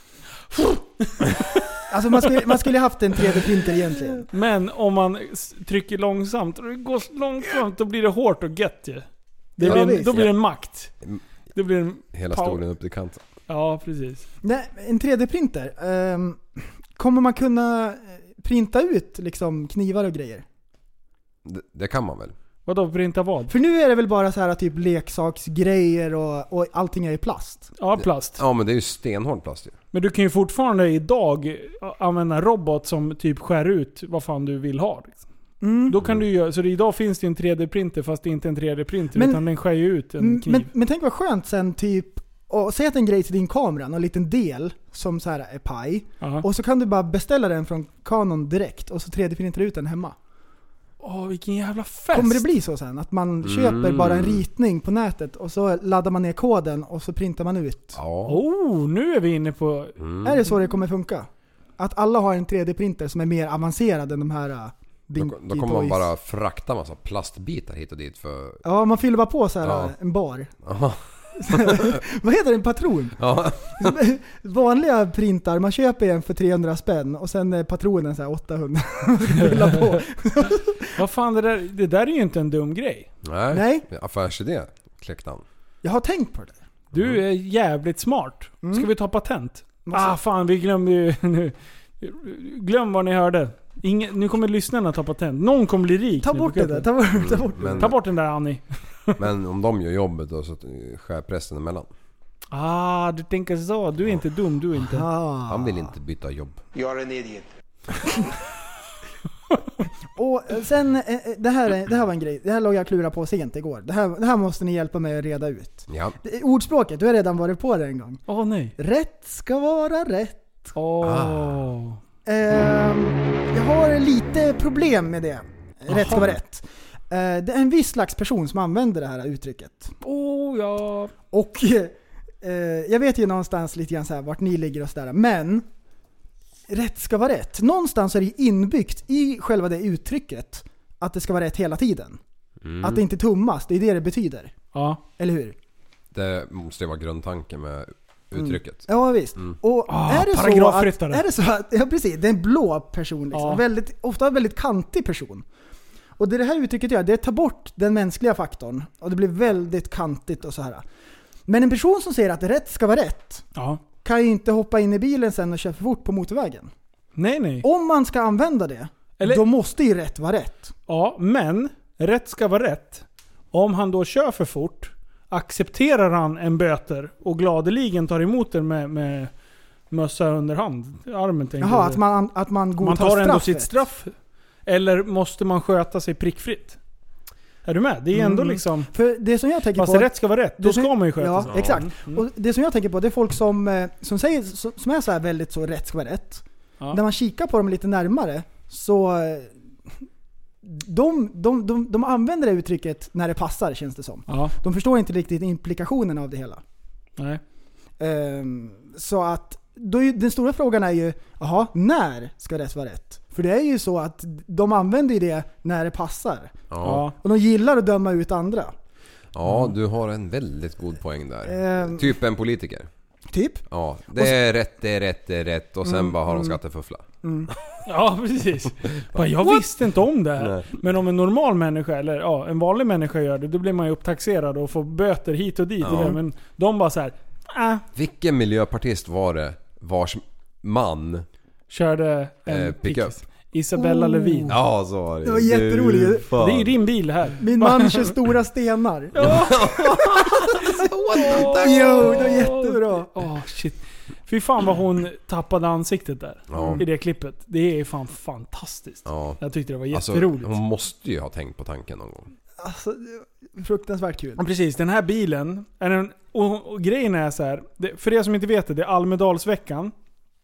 Alltså man skulle haft en 3D-printer egentligen. Men om man trycker långsamt och det går långsamt, då blir det hårt och gött ju. Då blir det en makt. Det blir en hela stolen upp till kanten. Ja, precis. Nej, en 3D-printer. Kommer man kunna printa ut liksom knivar och grejer? Det kan man väl. Vadå, printa vad? För nu är det väl bara så här typ leksaksgrejer och allting är i plast. Ja, plast. Ja, men det är ju stenhård plast ju. Men du kan ju fortfarande idag använda robot som typ skär ut vad fan du vill ha. Liksom. Då kan du göra, så idag finns det en 3D-printer fast det är inte en 3D-printer utan den skär ju ut en kniv. Men tänk vad skönt sen typ och säg att en grej till din kamera, en liten del som så här är paj. Och så kan du bara beställa den från Canon direkt och så 3D-printar ut den hemma. Vilken jävla fest. Kommer det bli så sen? Att man köper bara en ritning på nätet och så laddar man ner koden och så printar man ut? Nu är vi inne på... Är det så det kommer funka? Att alla har en 3D-printer som är mer avancerad än de här då kommer man bara frakta massa plastbitar hit och dit för... Ja, man fyller bara på så här en bar. Vad heter det? En patron? Ja. Vanliga printar, man köper en för 300 spänn och sen är patronen så här 800. på. Vad fan, det där är ju inte en dum grej. Nej. Affärsidé, kläckte han. Jag har tänkt på det. Du är jävligt smart. Ska vi ta patent? Fan, vi glömde ju nu. Glöm vad ni hörde. Nu kommer lyssnarna ta patent. Någon kommer bli rik. Ta bort det. Ta bort den där, Annie. Men om de gör jobbet då så skär pressen emellan. Du tänker så. Du är inte dum, du är inte. Han vill inte byta jobb. You're an idiot. Och sen, det här var en grej. Det här låg jag klura på sent igår. Det här måste ni hjälpa mig att reda ut. Ja. Ordspråket, du har redan varit på det en gång. Nej. Rätt ska vara rätt. Jag har lite problem med det. Rätt ska vara rätt. Det är en viss slags person som använder det här uttrycket. Ja. Och jag vet ju någonstans lite grann så här vart ni ligger och sådär. Men rätt ska vara rätt. Någonstans är det inbyggt i själva det uttrycket att det ska vara rätt hela tiden. Att det inte tummas, det är det betyder. Ja. Eller hur? Det måste vara grundtanken med uttrycket. Ja, visst. Och är det så att ja, precis, det är en blå person liksom. Ofta en väldigt kantig person. Och det här uttrycket gör, det tar bort den mänskliga faktorn och det blir väldigt kantigt och så här. Men en person som säger att rätt ska vara rätt kan ju inte hoppa in i bilen sen och köra för fort på motorvägen. Nej. Om man ska använda det, då måste ju rätt vara rätt. Ja, men rätt ska vara rätt. Om han då kör för fort, accepterar han en böter och gladeligen tar emot den med mössa under armen. Jaha, att man godtar man tar ändå straffet. sitt straff. Eller måste man sköta sig prickfritt? Är du med? Det är ändå liksom... För det som jag tänker fast på... rätt ska vara rätt. Då ska man ju sköta sig. Ja, exakt. Och det som jag tänker på, det är folk som säger, som är så här väldigt så rätt ska vara rätt. När man kikar på dem lite närmare så... De använder det uttrycket när det passar, känns det som. De förstår inte riktigt implikationen av det hela. Nej. Så att den stora frågan är ju, när ska rätt vara rätt? För det är ju så att de använder ju det när det passar. Och de gillar att döma ut andra. Ja, du har en väldigt god poäng där. Typ en politiker. Typ? Ja, det är rätt och sen bara har de skattefuffla. Ja, precis. Jag visste inte om det här. Nej. Men om en normal människa eller en vanlig människa gör det, då blir man ju upptaxerad och får böter hit och dit. Ja. Men de bara så här. Vilken miljöpartist var det vars man körde en pickup? Isabella Lövin. Ja, så var det. Det var jätteroligt. Det är ju din bil här. Min man kör stora stenar. Ja. Jo, det var jättebra. Shit. Fy fan vad hon tappade ansiktet där i det klippet. Det är fan fantastiskt. Ja. Jag tyckte det var jätteroligt. Hon måste ju ha tänkt på tanken någon gång. Alltså, fruktansvärt kul. Ja, precis, den här bilen och grejen är så här, för er som inte vet det är Almedalsveckan.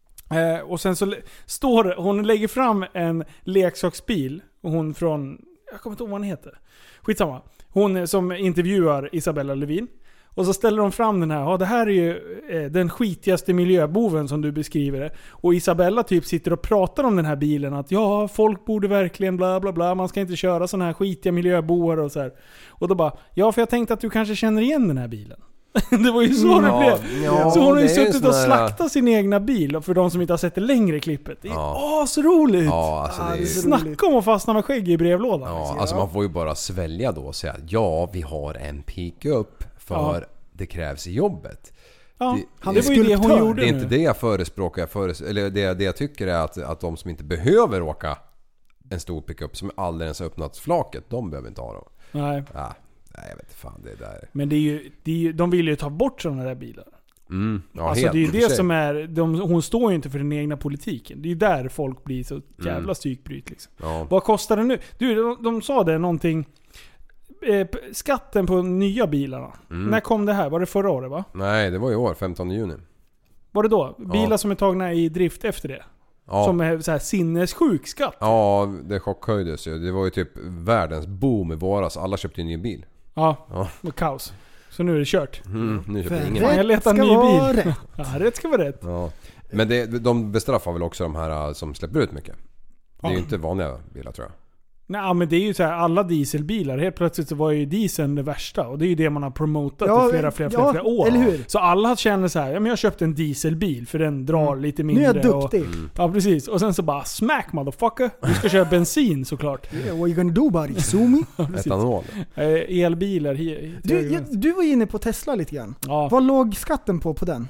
Och sen så hon lägger fram en leksaksbil och hon från jag kommer inte ihåg vad hon heter. Skitsamma. Hon som intervjuar Isabella Lövin. Och så ställer de fram den här. Ja, det här är ju den skitigaste miljöboven som du beskriver det. Och Isabella typ sitter och pratar om den här bilen. Att ja, folk borde verkligen bla bla bla. Man ska inte köra såna här skitiga miljöbovar och så här. Och då bara, ja för jag tänkte att du kanske känner igen den här bilen. Det var ju så det blev. Så hon har ju suttit och slaktat sin egna bil. Och för de som inte har sett det längre klippet. Det är så roligt. Ja, alltså det är snacka om att fastna med skägg i brevlådan. Ja, alltså man får ju bara svälja då och säga ja, vi har en pick-up. För det krävs i jobbet. Ja, det var ju det hon gjorde. Det är inte det jag förespråkar. Eller det jag tycker är att de som inte behöver åka en stor pickup som aldrig ens har öppnat flaket, de behöver inte ha dem. Nej. Ja, nej, jag vet inte fan det där. Men det är ju, de vill ju ta bort sådana där bilar. Ja, alltså det är ju det som är hon står ju inte för den egna politiken. Det är ju där folk blir så jävla psykbryt liksom. Ja. Vad kostar det nu? Du, de sa det någonting. Skatten på nya bilarna. När kom det här? Var det förra året va? Nej, det var i år, 15 juni. Var det då? Bilar som är tagna i drift efter det? Ja. Som är så här sinnessjuk skatt. Ja, det chockhöjdes ju. Det var ju typ världens boom i våras. Alla köpte en ny bil. Ja, med kaos. Så nu är det kört. Nu köper ingen. Jag letar en ny bil. Rätt. Ja, rätt ska vara rätt. Ja. Men de bestraffar väl också de här som släpper ut mycket. Det är ju inte vanliga bilar tror jag. Nej, men det är ju så här, alla dieselbilar, helt plötsligt så var ju dieseln det värsta. Och det är ju det man har promotat i flera år. Eller hur? Så alla känner så här, ja men jag köpte en dieselbil för den drar lite mindre. Nu är jag duktig. Ja, precis. Och sen så bara, smack motherfucker. Du ska köra bensin såklart. Yeah, what you gonna do buddy? Sumi? Etanol. Elbilar. Du var inne på Tesla lite grann. Ja. Vad låg skatten på den?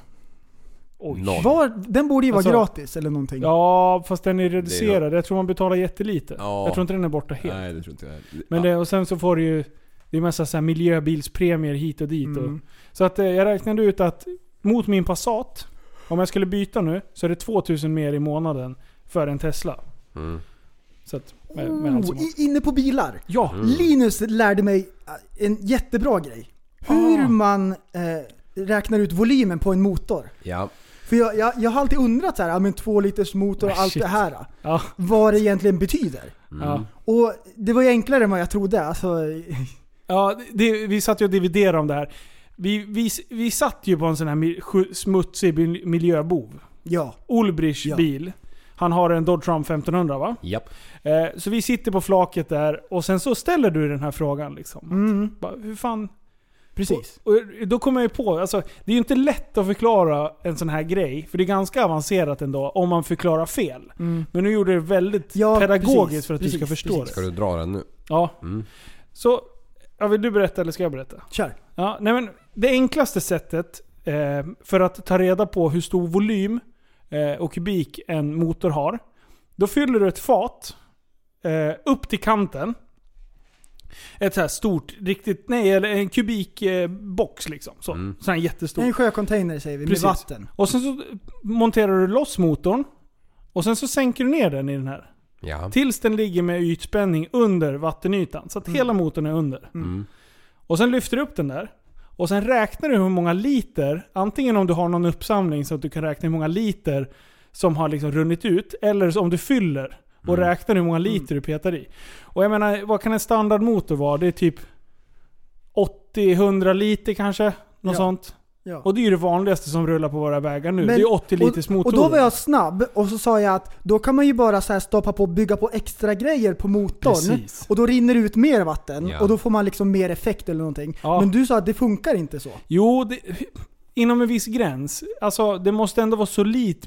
Den borde ju vara gratis eller någonting. Ja, fast den är reducerad. Jag tror man betalar jättelite. Ja. Jag tror inte den är borta helt. Nej, det tror inte jag. Men och sen så får du ju det är massa så här miljöbilspremier hit och dit. Så att jag räknade ut att mot min Passat, om jag skulle byta nu, så är det 2000 mer i månaden för en Tesla. Så att, med allt som inne på bilar. Ja. Linus lärde mig en jättebra grej. Hur man räknar ut volymen på en motor. Ja. För jag har alltid undrat så här, men 2 liters motor och allt det här. Vad det egentligen betyder. Och det var ju enklare än vad jag trodde. Alltså. Ja, vi satt ju och dividerade om det här. Vi satt ju på en sån här smutsig miljöbov. Ja. Ulbrichs bil. Han har en Dodge Ram 1500 va? Japp. Så vi sitter på flaket där och sen så ställer du den här frågan liksom. Hur fan... Precis. Och då kommer jag ju på, alltså, det är ju inte lätt att förklara en sån här grej, för det är ganska avancerat ändå om man förklarar fel. Men nu gjorde det väldigt pedagogiskt för att du ska förstå det. Ska du dra den nu? Ja. Så, vill du berätta eller ska jag berätta? Kör. Ja, nej men det enklaste sättet för att ta reda på hur stor volym och kubik en motor har, då fyller du ett fat upp till kanten. Ett så här stort, eller en kubikbox liksom. Så här jättestor. En sjöcontainer säger vi, med vatten. Och sen så monterar du loss motorn. Och sen så sänker du ner den i den här. Ja. Tills den ligger med ytspänning under vattenytan. Så att hela motorn är under. Och sen lyfter du upp den där. Och sen räknar du hur många liter, antingen om du har någon uppsamling så att du kan räkna hur många liter som har liksom runnit ut. Eller om du fyller. Och räknar hur många liter du petar i. Och jag menar, vad kan en standardmotor vara? Det är typ 80-100 liter kanske. Något sånt. Ja. Och det är ju det vanligaste som rullar på våra vägar nu. Det är 80 liters motorer. Och då var jag snabb och så sa jag att då kan man ju bara så här stoppa på och bygga på extra grejer på motorn. Precis. Och då rinner det ut mer vatten. Och då får man liksom mer effekt eller någonting. Ja. Men du sa att det funkar inte så. Jo, inom en viss gräns. Alltså det måste ändå vara solid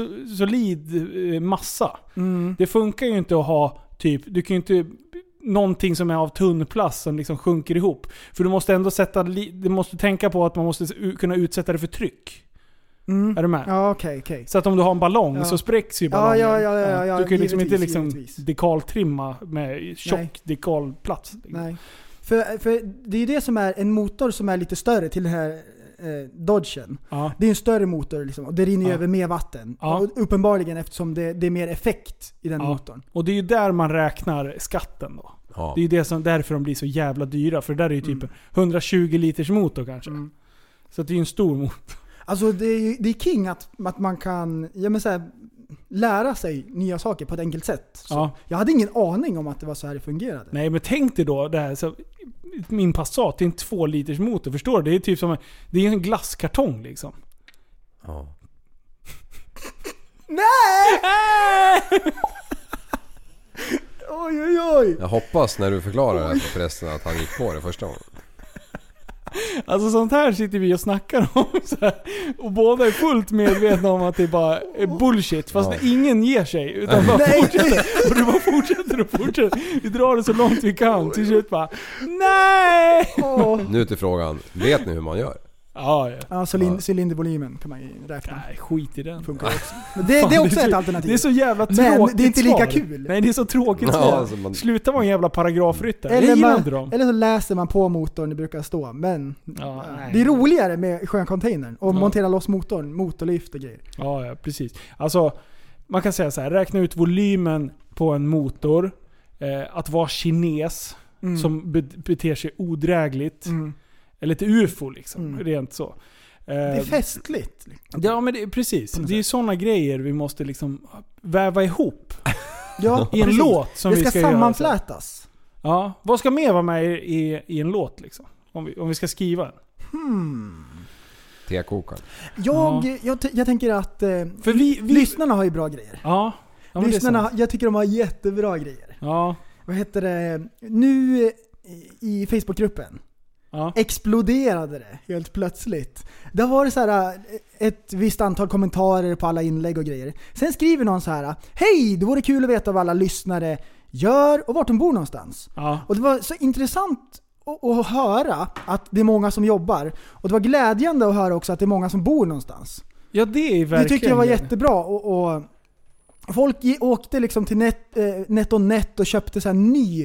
massa. Det funkar ju inte att ha typ, du kan ju inte någonting som är av tunn plast som liksom sjunker ihop. För du måste ändå du måste tänka på att man måste kunna utsätta det för tryck. Är du med? Ja, okej. Så att om du har en ballong så spräcks ju ballongen. Ja, du kan ju liksom inte liksom dekaltrimma med tjock dekalplats. Nej. För det är ju det som är en motor som är lite större till den här Dodgen. Ja. Det är en större motor liksom, och det rinner ju över mer vatten. Ja. Och uppenbarligen eftersom det är mer effekt i den motorn. Och det är ju där man räknar skatten då. Ja. Det är ju därför de blir så jävla dyra. För det där är ju typ 120 liters motor kanske. Så det är ju en stor motor. Alltså det är king att man kan, lära sig nya saker på ett enkelt sätt. Så jag hade ingen aning om att det var så här det fungerade. Nej, men tänk dig då det här, så min Passat, det är en 2 liters motor, förstår du? Det är typ som det är en glasskartong liksom. Ja. Nej! Oj. Jag hoppas när du förklarar det här för förresten att han gick på det första gången. Alltså sånt här sitter vi och snackar om så här, och båda är fullt medvetna om att det bara är bullshit, fast ingen ger sig utan bara fortsätter. Och du bara fortsätter. Vi drar det så långt vi kan till slut bara nej! Nu till frågan, vet ni hur man gör? Ja, cylindervolymen kan man ju räkna. Nej, skit i den. Funkar också. Men det är också ett alternativ. Det är så jävla tråkigt. Men det är inte lika kul. Nej, det är så tråkigt svar. Alltså sluta vara en jävla paragrafryttare. Eller så läser man på motorn, det brukar stå. Men det är roligare med sjöcontainern och montera loss motorn, motorlyft och grejer. Ja, precis. Alltså, man kan säga så här, räkna ut volymen på en motor, att vara kines som beter sig odrägligt. Eller lite UFO liksom, rent så. Det är festligt. Ja, men precis. Det är sådana grejer vi måste liksom väva ihop. Ja, i en låt som vi ska sammanflätas. Ja, vad ska mer vara med i en låt liksom? Om vi ska skriva den. Tekokaren. Jag tänker att för lyssnarna har ju bra grejer. Ja, lyssnarna, jag tycker de har jättebra grejer. Ja. Vad heter det? Nu i Facebookgruppen exploderade det helt plötsligt. Det har varit så här ett visst antal kommentarer på alla inlägg och grejer. Sen skriver någon så här: hej, det vore kul att veta vad alla lyssnare gör och vart de bor någonstans. Och det var så intressant att höra att det är många som jobbar. Och det var glädjande att höra också att det är många som bor någonstans. Ja, det är verkligen. Det tycker jag var jättebra. Och folk åkte liksom till NetOnNet och köpte så här ny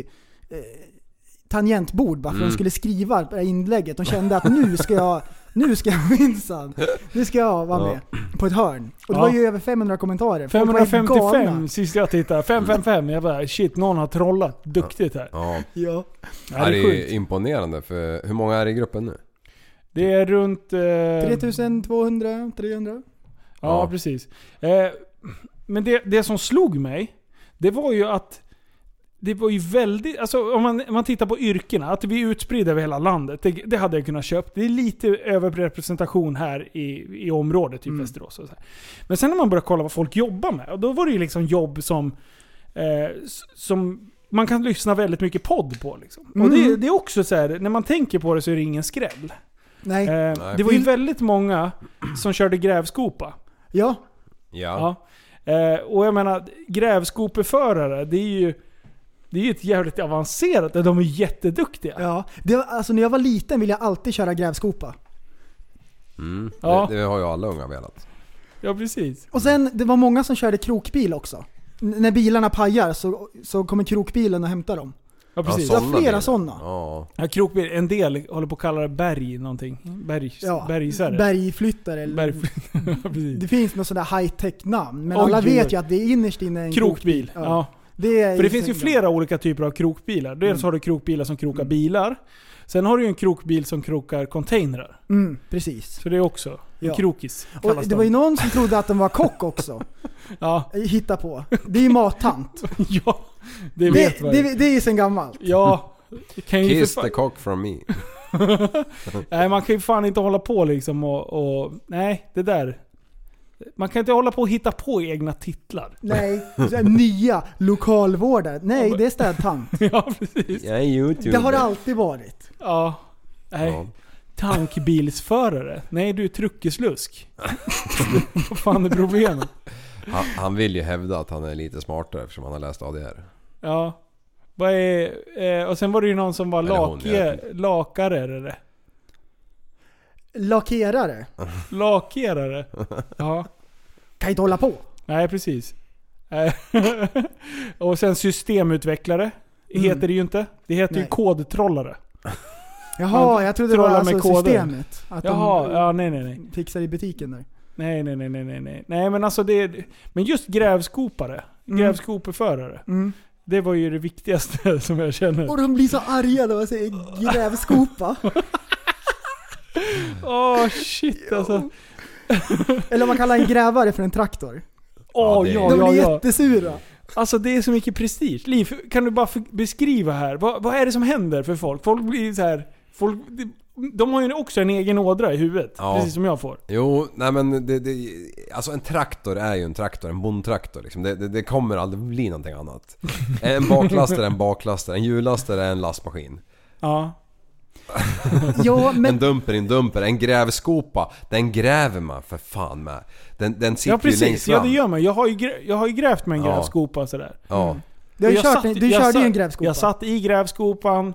tangentbord bara för att de skulle skriva på det här inlägget. De kände att nu ska jag minsann. Nu ska jag vara med på ett hörn. Och det var ju över 500 kommentarer. 555 sist jag tittade. 555. Jag bara, shit, någon har trollat duktigt här. Ja. Det är imponerande. För hur många är i gruppen nu? Det är runt 3200, 300. Ja, precis. Men det som slog mig, det var ju att det var ju väldigt, alltså om man tittar på yrkena, att vi är utspridda över hela landet, det hade jag kunnat köpa. Det är lite överrepresentation här i området, typ Västerås och så här. Men sen när man börjar kolla vad folk jobbar med, och då var det ju liksom jobb som man kan lyssna väldigt mycket podd på liksom. Och det är också så här, när man tänker på det så är det ingen skräll. Nej. Det var ju väldigt många som körde grävskopa. Ja. Och jag menar, grävskopeförare, det är ju ett jävligt avancerat. De är jätteduktiga. Ja, alltså när jag var liten ville jag alltid köra grävskopa. Det har ju alla unga velat. Ja, precis. Och sen, det var många som körde krokbil också. När bilarna pajar så kommer krokbilen och hämtar dem. Ja, precis. Det var flera sådana. Ja, krokbil, en del håller på att kalla det berg någonting. Bergsare. Bergflyttare. Eller precis. Det finns något sådär high-tech namn. Men alla vet ju att det är innerst inne en krokbil. Ja. För det finns ju flera olika typer av krokbilar. Dels har du krokbilar som krokar bilar. Sen har du ju en krokbil som krokar containrar. Precis. Så det är också en krokis. Och det var ju någon som trodde att den var kock också. Hitta på. Det är ju mattant. Ja, det vet man. Det är ju sen gammalt. Ja. Kiss the cock from me. Nej, man kan ju fan inte hålla på liksom och nej, det där. Man kan inte hålla på och hitta på egna titlar. Nej, nya lokalvårdare. Nej, det är städtant. Ja, precis. Jag är YouTuber. Det har det alltid varit. Ja. Nej. Tankbilsförare. Nej, du är truckeslusk. Vad fan är problemet? Han vill ju hävda att han är lite smartare eftersom han har läst ADR. Ja. Och sen var det ju någon som var lakare eller? Lakerare. Ja. Kan inte hålla på. Nej, precis. Och sen systemutvecklare heter det ju inte. Det heter ju kodtrollare. Jaha, jag trodde det var alltså systemet. Att nej. Fixar i butiken där. Nej. Nej, men alltså men just grävskopare, grävskopeförare. Det var ju det viktigaste som jag känner. Och de blir så arga när man säger grävskopa. Shit alltså. Eller om man kallar en grävare för en traktor. De blir jättesura. Alltså det är så mycket prestige. Liv, kan du bara beskriva här? Vad är det som händer för folk? Folk blir så här... De har ju också en egen ådra i huvudet, precis som jag får. Jo, nej men alltså en traktor är ju en traktor, en bondtraktor liksom. Det kommer aldrig bli någonting annat. En baklastare är en baklastare, en hjullastare är en lastmaskin. Ja. Ja, men... En dumper, en grävskopa, den gräver man för fan med. Den sitter precis. ju längst fram. Ja, det gör man. Jag har ju grävt med en grävskopa sådär. Ja. Du körde ju en grävskopa. Jag satt i grävskopan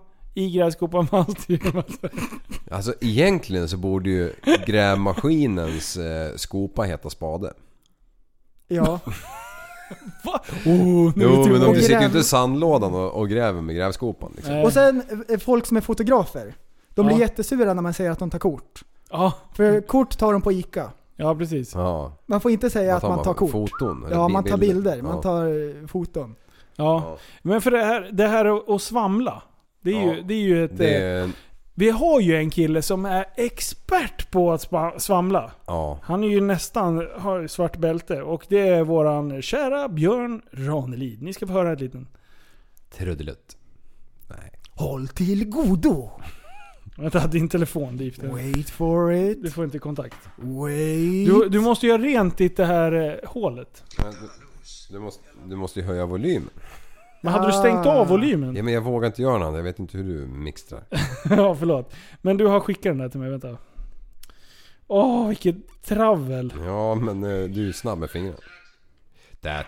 Alltså egentligen så borde ju grävmaskinens skopa heta spade. Ja. Va? Jo, men de sitter ju inte i sandlådan och gräver med grävskopan liksom. Och sen folk som är fotografer, de blir jättesura när man säger att de tar kort. Ja. För kort tar de på Ica. Ja, precis. Ja. Man får inte säga att man tar kort. Foton, ja, man tar bilder. Man tar foton. Ja. Men för det här att svamla, det är ju ett... Vi har ju en kille som är expert på att svamla. Ja. Han är ju har svart bälte. Och det är våran kära Björn Ranelid. Ni ska få höra ett liten... Trudelutt. Nej. Håll till godo. Vänta, din telefon dit. Wait for it. Du får inte kontakt. Wait. Du måste göra rent det här hålet. Du måste ju höja volymen. Men hade du stängt av volymen? Ja, men jag vågar inte göra något. Jag vet inte hur du mixtrar. Ja, förlåt. Men du har skickat den där till mig, vänta. Vilket travel. Ja, men du är snabb med fingrarna. Da.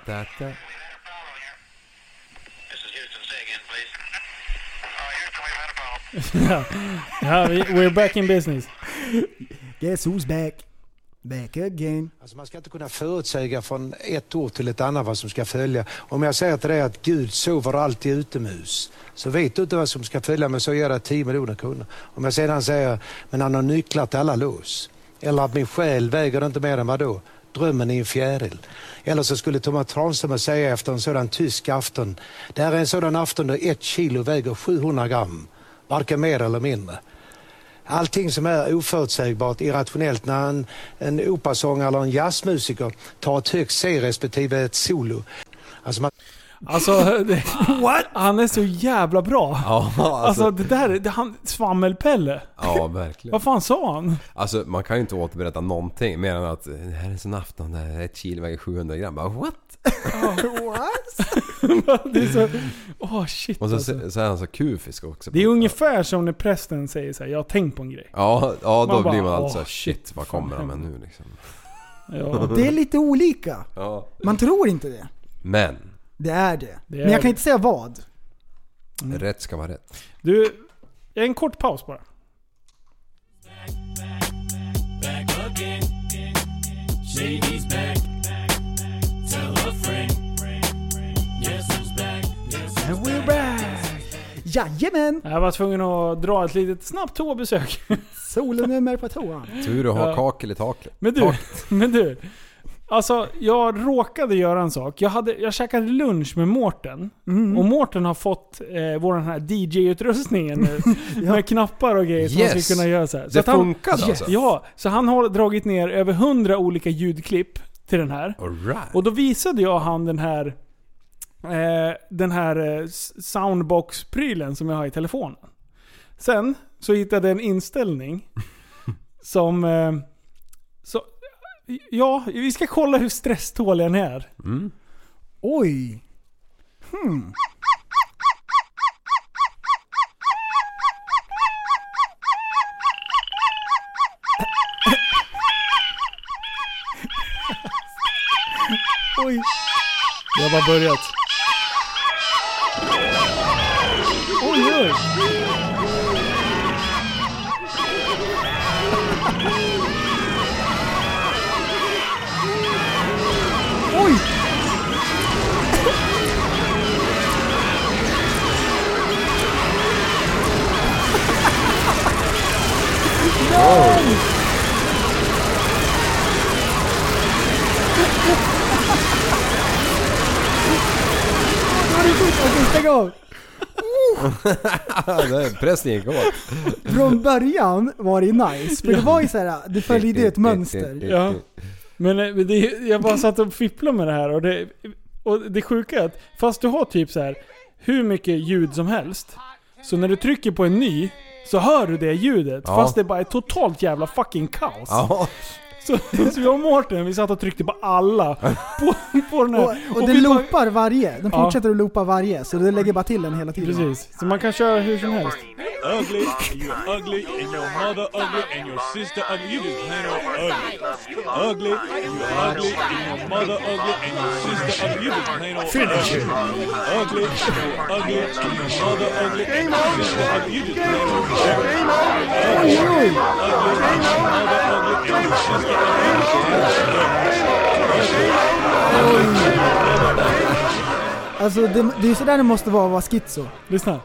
Ja, we're back in business. Guess who's back? Back again. Alltså man ska inte kunna förutsäga från ett år till ett annat vad som ska följa. Om jag säger till dig att Gud sover alltid utomhus, så vet du inte vad som ska följa, men så ger det 10 miljoner kronor. Om jag sedan säger, men han har nycklar till alla lås. Eller att min själ väger inte mer än vad då? Drömmen i en fjäril. Eller så skulle Thomas Tranströmer säga efter en sådan tysk afton, det här är en sådan afton där 1 kilo väger 700 gram. Varken mer eller mindre. Allting som är oförutsägbart, irrationellt, när en operasångare eller en jazzmusiker tar ett högt C respektive ett solo. What? Han är så jävla bra. Ja, alltså det där, han svammelpelle. Ja, verkligen. Vad fan sa han? Alltså man kan ju inte återberätta någonting mer än att det här är en sån afton där 1 kilo väger 700 gram. Bara, what? What? Det är så... shit. Och så är han så kufisk också. Det är ungefär som när prästen säger så här, jag har tänkt på en grej. Ja, då man blir man bara, alltså shit, vad kommer han med nu liksom? Ja. Det är lite olika. Ja. Man tror inte det. Men det är det. Men jag kan inte säga vad. Rätt ska vara rätt. Du, en kort paus bara. Back again. Shady's back. Tell a friend. Yes, who's back. And we're back. Jajamän. Jag var tvungen att dra ett litet snabbt toabesök. Solnummer på toan. Tur att ha kakel i taket. Men du. Alltså, jag råkade göra en sak. Jag käkade lunch med Mårten. Och Mårten har fått vår här DJ-utrustningen med knappar och grejer som man ska kunna göra så här. Så det funkade alltså? Ja, så han har dragit ner över 100 olika ljudklipp till den här. All right. Och då visade jag han den här soundbox-prylen som jag har i telefonen. Sen så hittade jag en inställning som... Ja, vi ska kolla hur stresstålig den är. Mm. Oj. Oj. Jag har bara börjat. Oj. Oj! Stäng av! Pressen gick åt. Från början var det nice. För det var ju såhär, det följde ett mönster. Ja. Men jag bara satt och fipplade med det här och det sjuka är att fast du har typ så här hur mycket ljud som helst, så när du trycker på en ny så hör du det ljudet, fast det bara är totalt jävla fucking kaos. Ja. Så jag och Mårten, vi satt och tryckte på alla på den här. Och det loopar varje. Den fortsätter att loopa varje, så det lägger bara till den hela tiden. Precis, så man kan köra hur som helst. Ugly, you're ugly, and your mother ugly, and your sister ugly. You just plain old ugly. Ugly, you're ugly, and your mother ugly, and your sister ugly. You just plain old ugly. Ugly, you're ugly, and your mother ugly, and your sister ugly. You just plain old ugly. Ugly, ugly, and your mother ugly, and your sister ugly. Alltså det är sådär det måste vara schizo. Lyssna.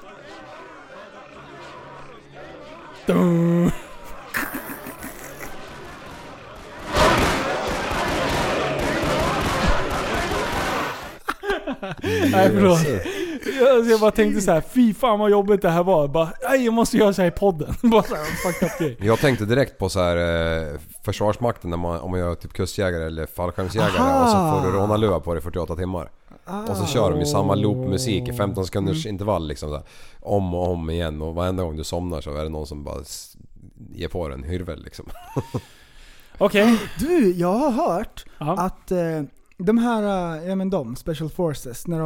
Nej, förlåt. Jag bara tänkte så här: fy fan vad jobbigt det här var. Bara, nej, jag måste göra så här i podden. Bara så här, fucked up grej. Jag tänkte direkt på så här försvarsmakten när om man gör typ kustjägare eller fallskärmsjägare och så får du råna löva på det 48 timmar. Och så kör de ju samma loopmusik i 15 sekunders intervall liksom så här, om och om igen, och varenda gång du somnar så är det någon som bara ger på en hyrvel liksom. Okej. Du, jag har hört att de här Special Forces när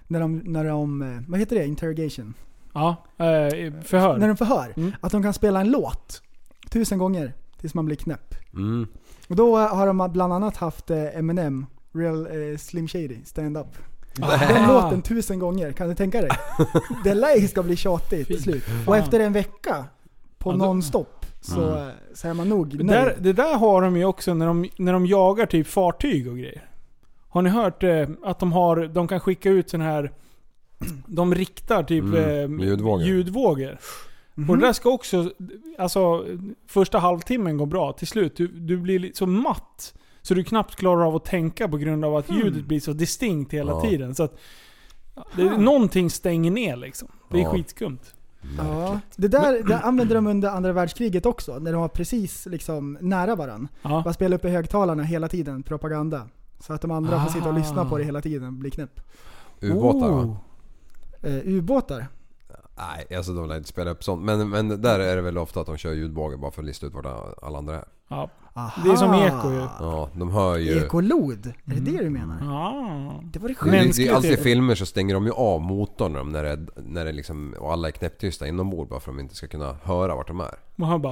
de vad heter det? Interrogation. Ja, förhör. När de förhör att de kan spela en låt 1000 gånger tills man blir knäpp. Och då har de bland annat haft Eminem Real Slim Shady Stand Up. Den låten 1000 gånger, kan du tänka dig? Det lär ska bli tjatigt till slut. Och efter en vecka på nonstop så är man nog nöjd. Det där har de ju också när de jagar typ fartyg och grejer. Har ni hört att de kan skicka ut sån här, de riktar typ ljudvågor. Och det där ska också, alltså första halvtimmen går bra. Till slut du blir så matt så du knappt klarar av att tänka på grund av att ljudet blir så distinkt hela tiden. Så att någonting stänger ner liksom. Det är skitskumt. Ja, det använde de under andra världskriget också, när de var precis liksom nära varann. Bara spela upp i högtalarna hela tiden, propaganda. Så att de andra får sitta och lyssna på det hela tiden, blir knäpp. Ubåtar va? Ubåtar? Nej, alltså de lär inte spela upp sånt. Men där är det väl ofta att de kör ljudbågar bara för att lista ut vad alla andra är. Ja. Det är som eko ju. Ja, de hör ju... Ekolod? Är det du menar? Ja. Det var det sjukt. Det är alltid i filmer så stänger de ju av motorn när det liksom, och alla är knäpptysta inombords bara för att de inte ska kunna höra vart de är. Man hör bara...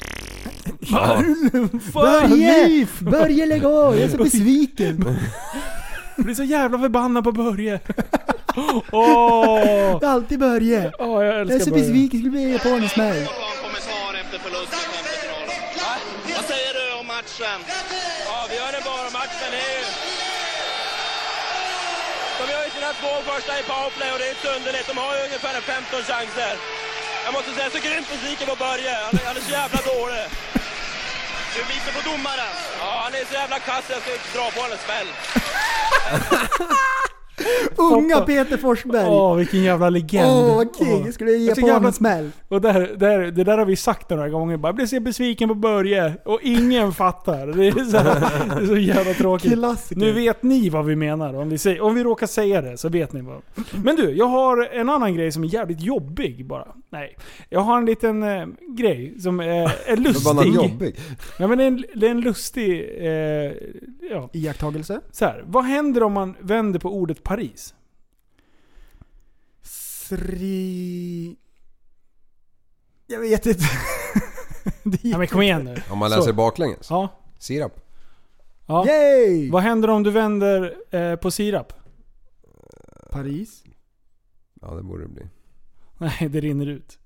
Börje lägg av, jag är så besviken. Jag blir så jävla förbannad på Börje. Det är alltid Börje. Jag är så besviken, skulle bli på en smäll. Vad säger du om matchen? Ja, vi gör en bra match, men det är ju... De gör ju sina 2 första i powerplay och det är inte underligt. De har ju ungefär 15 chanser. Jag måste säga, så grymt musiken på Börje. Han är så jävla dålig. Du biter på domaren. Ja, han är så jävla kass. Jag ska dra på honom en smäll. Unga Peter Forsberg. Vilken jävla legend. Vad king. Jag skulle ge på honom en smäll. Och det där har vi sagt några gånger. Bara, jag blir så besviken på Börje. Och ingen fattar. Det är så jävla tråkigt. Klassiker. Nu vet ni vad vi menar. Om vi råkar säga det så vet ni vad. Men du, jag har en annan grej som är jävligt jobbig bara. Nej. Jag har en liten grej som är lustig. Jobbig. Ja, men det är en lustig iakttagelse. Så här, vad händer om man vänder på ordet Paris? Jag vet inte. Ja, men kom igen nu. Om man läser baklänges. Ja. Sirap. Ja. Yay! Vad händer om du vänder på sirap? Paris? Ja, det borde det bli. Nej, det rinner ut.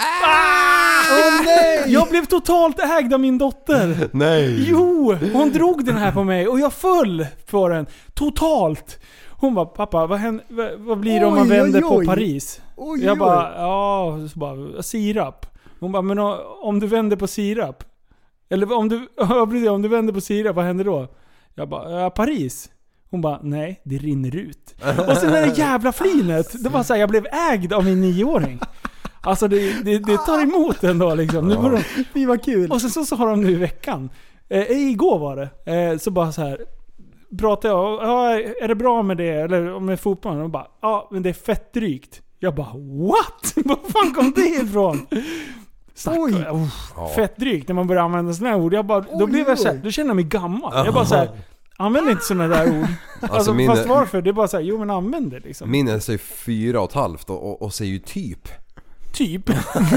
Nej! Jag blev totalt ägd av min dotter. Nej. Jo, hon drog den här på mig och jag föll på den totalt. Hon bara, pappa, vad blir det om man vänder på Paris? Jag bara, sirap. Hon bara, men om du vänder på sirap? Eller om du vänder på sirap, vad händer då? Jag bara, Paris. Hon bara, nej, det rinner ut. Och sen är det jävla flinet. Det var så här, jag blev ägd av min 9-åring. Alltså det tar emot ändå liksom. Nu det var kul. Och sen så har de nu i veckan Igår var det. Så bara så här pratade jag. Är det bra med det? Eller med fotbollen? Och bara, men det är fett drygt. Jag bara, what? Var fan kom det ifrån? Oj. Fett drygt när man börjar använda sådana här ord. Då blev jag så här, då känner jag mig gammal. Jag bara så här, använd inte sådana där ord. Alltså fast varför? Det är bara så här, jo men använd det liksom. Min är 4,5 och säger ju typ. Typ.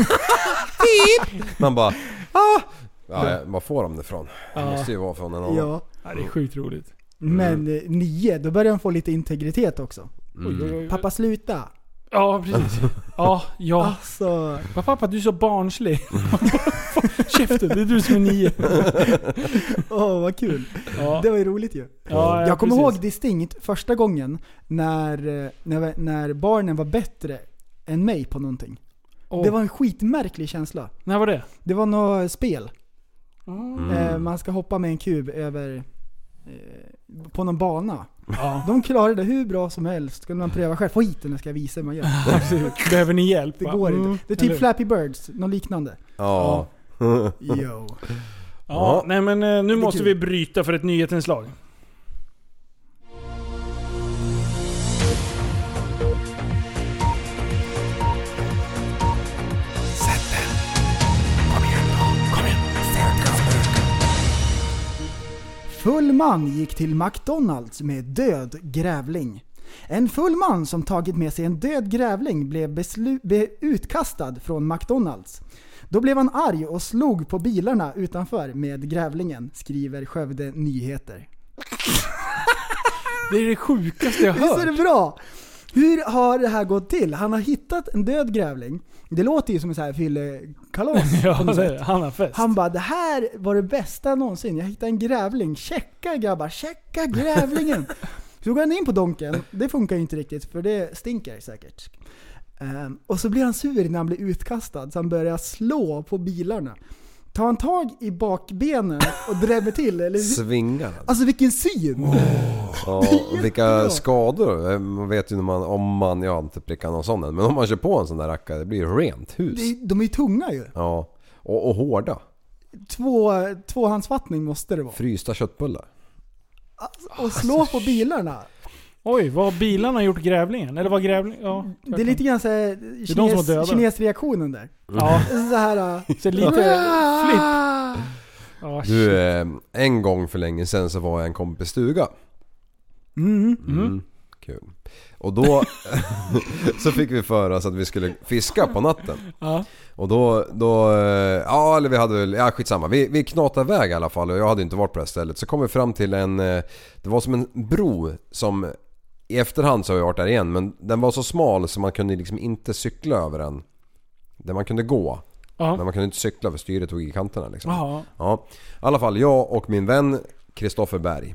Man bara, var får de det ifrån? Det måste ju vara från en annan. Ja, det är sjukt roligt. Men 9, då börjar de få lite integritet också. Pappa, sluta. Ja, precis. Ja. Alltså. Pappa, du är så barnslig. Käften, det är du som är 9. Vad kul. Det var ju roligt ju. Jag kommer ihåg distinkt första gången när barnen var bättre än mig på någonting. Det var en skitmärklig känsla. När var det? Det var något spel. Man ska hoppa med en kub över på någon bana. De klarade det hur bra som helst. Skulle man pröva själv. Få hit den, ska jag visa hur man gör. Behöver ni hjälp? Det går inte. Det är typ Flappy Birds, något liknande. Jo. Nej men nu måste vi bryta för ett nyhetsinslag. Full man gick till McDonalds med död grävling. En full man som tagit med sig en död grävling blev utkastad från McDonalds. Då blev han arg och slog på bilarna utanför med grävlingen, skriver Skövde Nyheter. Det är det sjukaste jag hört. Visst är det bra? Hur har det här gått till? Han har hittat en död grävling. Det låter ju som en sån här fyllekalas. Han har fest. Han bara, det här var det bästa någonsin. Jag hittade en grävling. Checka grabbar, checka grävlingen. Så går han in på donken. Det funkar ju inte riktigt för det stinker säkert. Och så blir han sur när han blir utkastad. Så han börjar slå på bilarna. Tar han tag i bakbenen och drämmer till? Eller? Svingar. Alltså vilken syn! Vilka skador. Man vet ju om jag har inte prickat någon sån. Men om man kör på en sån där rackare, det blir rent hus. De är ju tunga ju. Ja, och hårda. Tvåhandsfattning måste det vara. Frysta köttbullar. Och slå på bilarna. Oj, vad har bilarna gjort grävlingen? Eller vad grävling? Ja, det är lite grann så här kinesreaktionen där. Ja. Så här så lite flipp. Du, en gång för länge sedan så var jag en kompis stuga. Kul. Och då så fick vi för oss att vi skulle fiska på natten. Och då eller vi hade väl, skitsamma. Vi knatade iväg i alla fall och jag hade inte varit på det stället. Så kom vi fram till det var som en bro som i efterhand så har jag varit där igen, men den var så smal så man kunde liksom inte cykla över den. Där man kunde gå. Men man kunde inte cykla för styret tog i kanterna liksom. I alla fall jag och min vän Kristoffer Berg.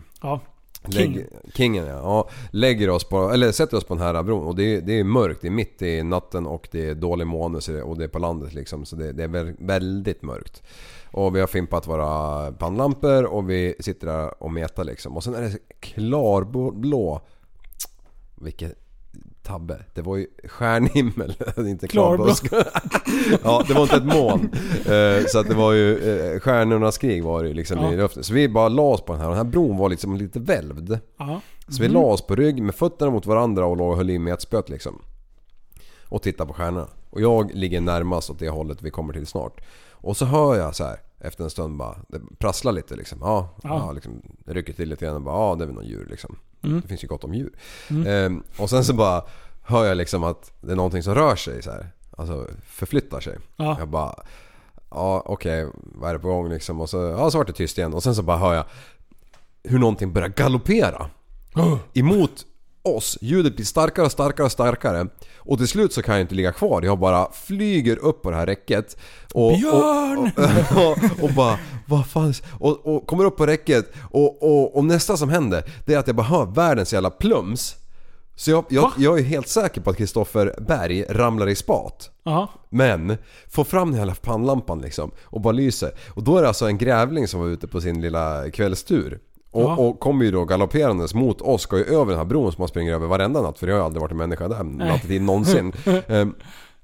Kingen lägger oss på, eller sätter oss på den här bron och det är mörkt, det är mitt i natten och det är dålig måne och det är på landet liksom, så det är väldigt mörkt. Och vi har fimpat våra pannlampor och vi sitter där och metar liksom. Och sen är det klarblå. Vilket tabbe. Det var ju stjärnhimmel, inte klarbusk. Ja, det var inte ett moln. Så att det var ju stjärnornas krig var det liksom i luften. Så vi bara la oss på den här. Och den här bron var liksom lite välvd. Så vi la oss på rygg med fötterna mot varandra och låg och höll i med ett spöt liksom. Och tittade på stjärnorna. Och jag ligger närmast åt det hållet vi kommer till snart. Och så hör jag så här efter en stund bara det prasslar lite liksom. Liksom rycker till lite grann och bara det är väl någon djur liksom. Det finns ju gott om djur. Och sen så bara hör jag liksom att det är någonting som rör sig så här, alltså förflyttar sig. Jag bara okej, vad är det på gång liksom? Och så så vart det tyst igen och sen så bara hör jag hur någonting börjar galoppera emot oss. Ljudet blir starkare och starkare och starkare. Och till slut så kan jag inte ligga kvar. Jag bara flyger upp på det här räcket och Björn! och bara vad fan och kommer upp på räcket och nästa som händer det är att jag bara hör världens jävla plums. Så jag är helt säker på att Kristoffer Berg ramlar i spat. Men får fram den hela pannlampan liksom och bara lyser. Och då är det alltså en grävling som var ute på sin lilla kvällstur. Och kommer ju då galopperandes mot oss, ska ju över den här bron som man springer över varenda natt, för det har ju aldrig varit en människa där nattetid någonsin.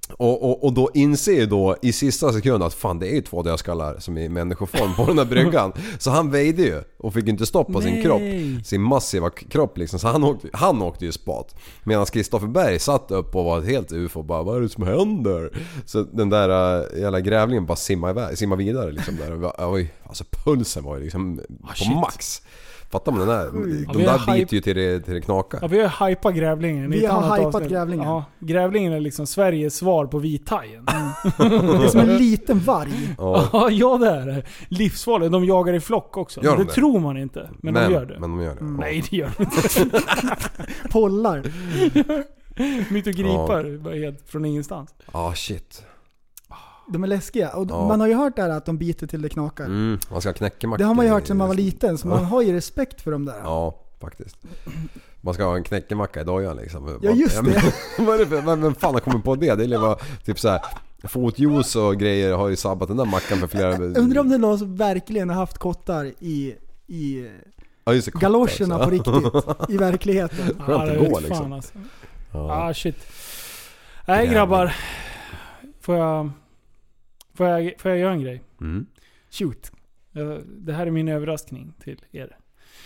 Och då inser ju då i sista sekund att fan det är ju 2 dödskallar som är i människoform på den här bryggan. Så han väjde ju och fick inte stopp på sin kropp. Sin massiva kropp liksom. Så han åkte ju spat. Medan Kristoffer Berg satt upp och var helt ufo och bara, vad är det som händer? Så den där jävla grävlingen bara simma vidare liksom där. Oj, alltså pulsen var ju liksom på max. Fattar man den där? De där biter ju till det knakar. Ja, vi har hypat grävlingen. Vi har hypat grävlingen. Ja, grävlingen är liksom Sveriges svar på vithajen. Det är som en liten varg. Ja, det är det. Livsfarligt. De jagar i flock också. Det tror man inte. Men de gör det. Men de gör det. Nej, det gör de inte. Pollar. Mytogripar helt från ingenstans. Shit. De är läskiga. Och man har ju hört där att de biter till det knakar. Man ska knäcka mackor. Det har man ju hört sedan man var liten. Så man har ju respekt för dem där. Ja, faktiskt. Man ska ha en knäckemacka i dojan liksom. Ja, just det. Vem fan har kommit på det? Det var typ så här fotjuice och grejer har ju sabbat den där mackan för flera... Undrar om det är någon som verkligen har haft kottar i galoscherna på riktigt. I verkligheten. Skönt att gå liksom. Fan, alltså. Shit. Nej grabbar. Får jag göra en grej? Shoot. Det här är min överraskning till er.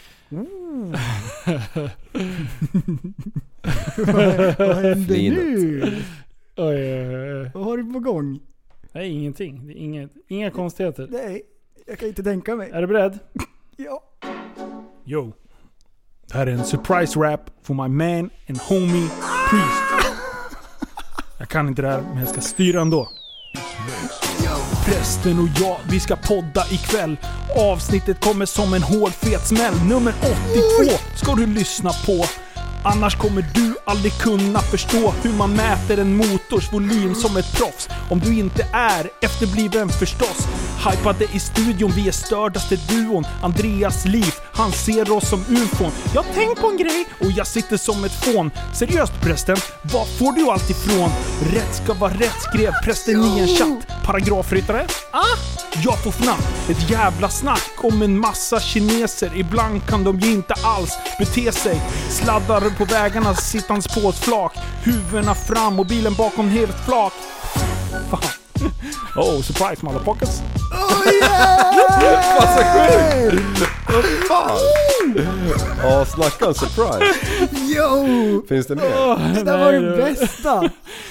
Vad händer nu? Oj. Vad har du på gång? Nej, ingenting. Det är inga konstigheter. Nej, jag kan inte tänka mig. Är du beredd? Ja. Yo. Det här är en surprise rap for my man and homie Priest. Jag kan inte det här, men jag ska styra ändå. Prästen och jag, vi ska podda ikväll. Avsnittet kommer som en hård fet smäll. Nummer 82 ska du lyssna på. Annars kommer du aldrig kunna förstå hur man mäter en motors volym som ett proffs. Om du inte är efterbliven förstås. Hypade i studion, vi är stördaste duon. Andreas liv, han ser oss som ufon. Jag tänk på en grej och jag sitter som ett fån. Seriöst prästen, var får du allt ifrån? Rätt ska vara rätt, skrev prästen i en chatt. Paragrafryttare? Jag får fram ett jävla snack om en massa kineser. Ibland kan de ju inte alls bete sig. Sladdar på vägarna, sittans på ett flak. Huvudena fram och bilen bakom helt flak. Fan. Oh, surprise motherfuckers. Oh yeah! Vad så sjukt! Vad fan? Snacka om surprise. Yo! Finns det mer? Det där var det bästa.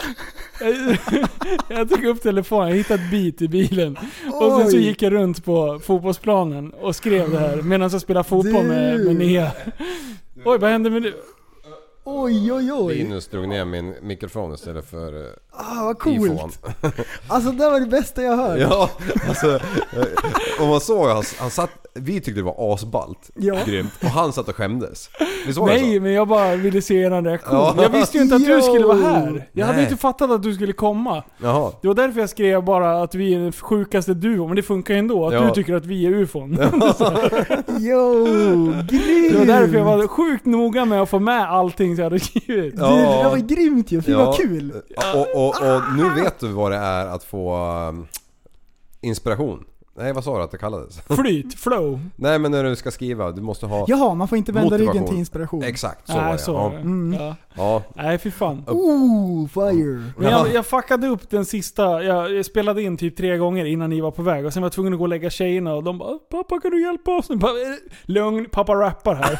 Jag tog upp telefonen, jag hittade ett beat i bilen. Och sen så gick jag runt på fotbollsplanen och skrev det här medan jag spelade fotboll med Nia. Oj, vad hände med det? Oj. Linus drog ner min mikrofon istället för vad coolt. Alltså det var det bästa jag hört. Ja, alltså om man såg han satt, vi tyckte det var asballt. Grymt. Och han satt och skämdes. Nej, men jag bara ville se en reaktion. Ja. Jag visste ju inte att du skulle vara här. Jag hade inte fattat att du skulle komma. Jaha. Det var därför jag skrev bara att vi är den sjukaste duo. Men det funkar ändå, att du tycker att vi är ufon. Jo, grymt. Det var därför jag var sjukt noga med att få med allting så jag hade skrivit. Det var grymt ju, det var kul. Och nu vet du vad det är att få inspiration. Nej, vad sa du att det kallades? Flyt, flow. Nej, men när du ska skriva, du måste ha... Jaha, man får inte vända ryggen till inspiration. Exakt, så var det. Ja. Nej, fy fan. Fire. Men jag fuckade upp den sista. Jag spelade in typ 3 gånger innan ni var på väg. Och sen var jag tvungen att gå och lägga tjejerna. Och de bara, pappa kan du hjälpa oss? Lugn, pappa rappar här.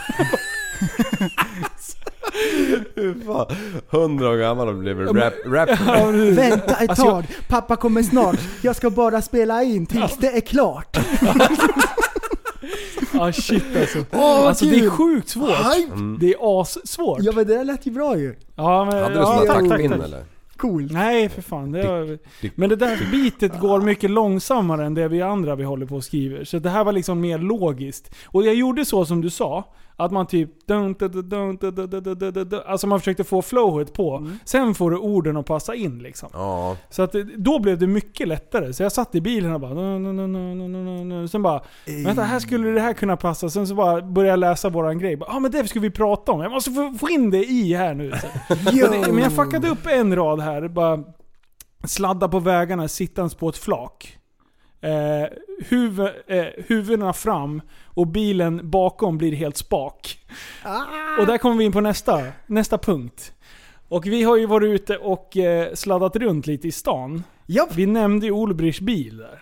100 år gammal och blev rap. Vänta ett tag, pappa kommer snart. Jag ska bara spela in tills det är klart. Shit alltså. Alltså det är sjukt svårt. Det är assvårt. Ja, men det där lät ju bra ju. Ja, men hade du sån taktpinn eller? Cool. Nej, för fan. Men det där bitet går mycket långsammare än det vi andra vi håller på och skriver. Så det här var liksom mer logiskt. Och jag gjorde så som du sa. Att man typ... Alltså man försökte få flowet på. Sen får du orden att passa in liksom. Ja. Så att då blev det mycket lättare. Så jag satt i bilen och bara... Sen bara... Vänta, här skulle det här kunna passa. Sen så bara började jag läsa våran grej. Men det ska vi prata om. Jag måste få in det i här nu. Men jag fuckade upp en rad här. Bara sladda på vägarna, sittans på ett flak. Huvudena fram och bilen bakom blir helt spak. Och där kommer vi in på nästa punkt. Och vi har ju varit ute och sladdat runt lite i stan. Japp. Vi nämnde ju Olbrichs bil där.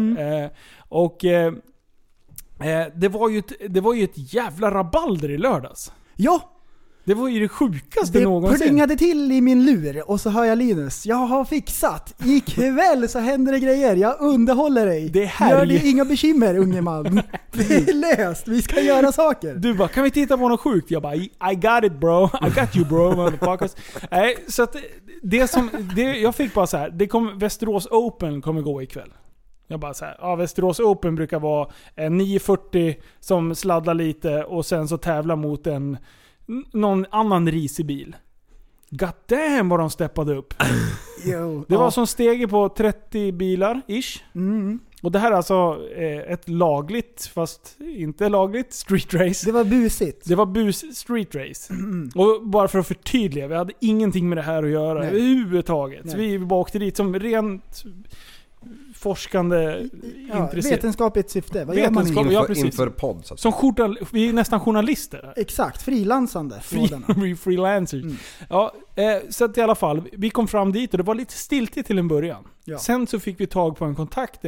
Det var ju ett jävla rabalder i lördags. Ja! Det var ju det sjukaste någonsin. Det plingade till i min lur och så hör jag Linus. Jag har fixat. Ikväll så händer det grejer. Jag underhåller dig. Det här gör dig inga bekymmer, unge man. Det är löst. Vi ska göra saker. Du bara, kan vi titta på något sjukt? Jag bara, I got it bro. I got you bro. Motherfuckers. Nej, så att jag fick bara så här. Västerås Open kommer gå ikväll. Jag bara så här, Västerås Open brukar vara en 940 som sladdar lite och sen så tävlar mot någon annan risig bil. God damn vad de steppade upp. Det var som stege på 30 bilar ish. Och det här är alltså ett lagligt, fast inte lagligt, street race. Det var busigt. Det var street race. Och bara för att förtydliga, vi hade ingenting med det här att göra överhuvudtaget. Så vi bara åkte dit som rent forskande intresserade. Vetenskapligt syfte. Vad gör man inför podd? Som vi är nästan journalister. Exakt, frilansande. Freelancers. Ja, så att i alla fall, vi kom fram dit och det var lite stiltigt till en början. Ja. Sen så fick vi tag på en kontakt,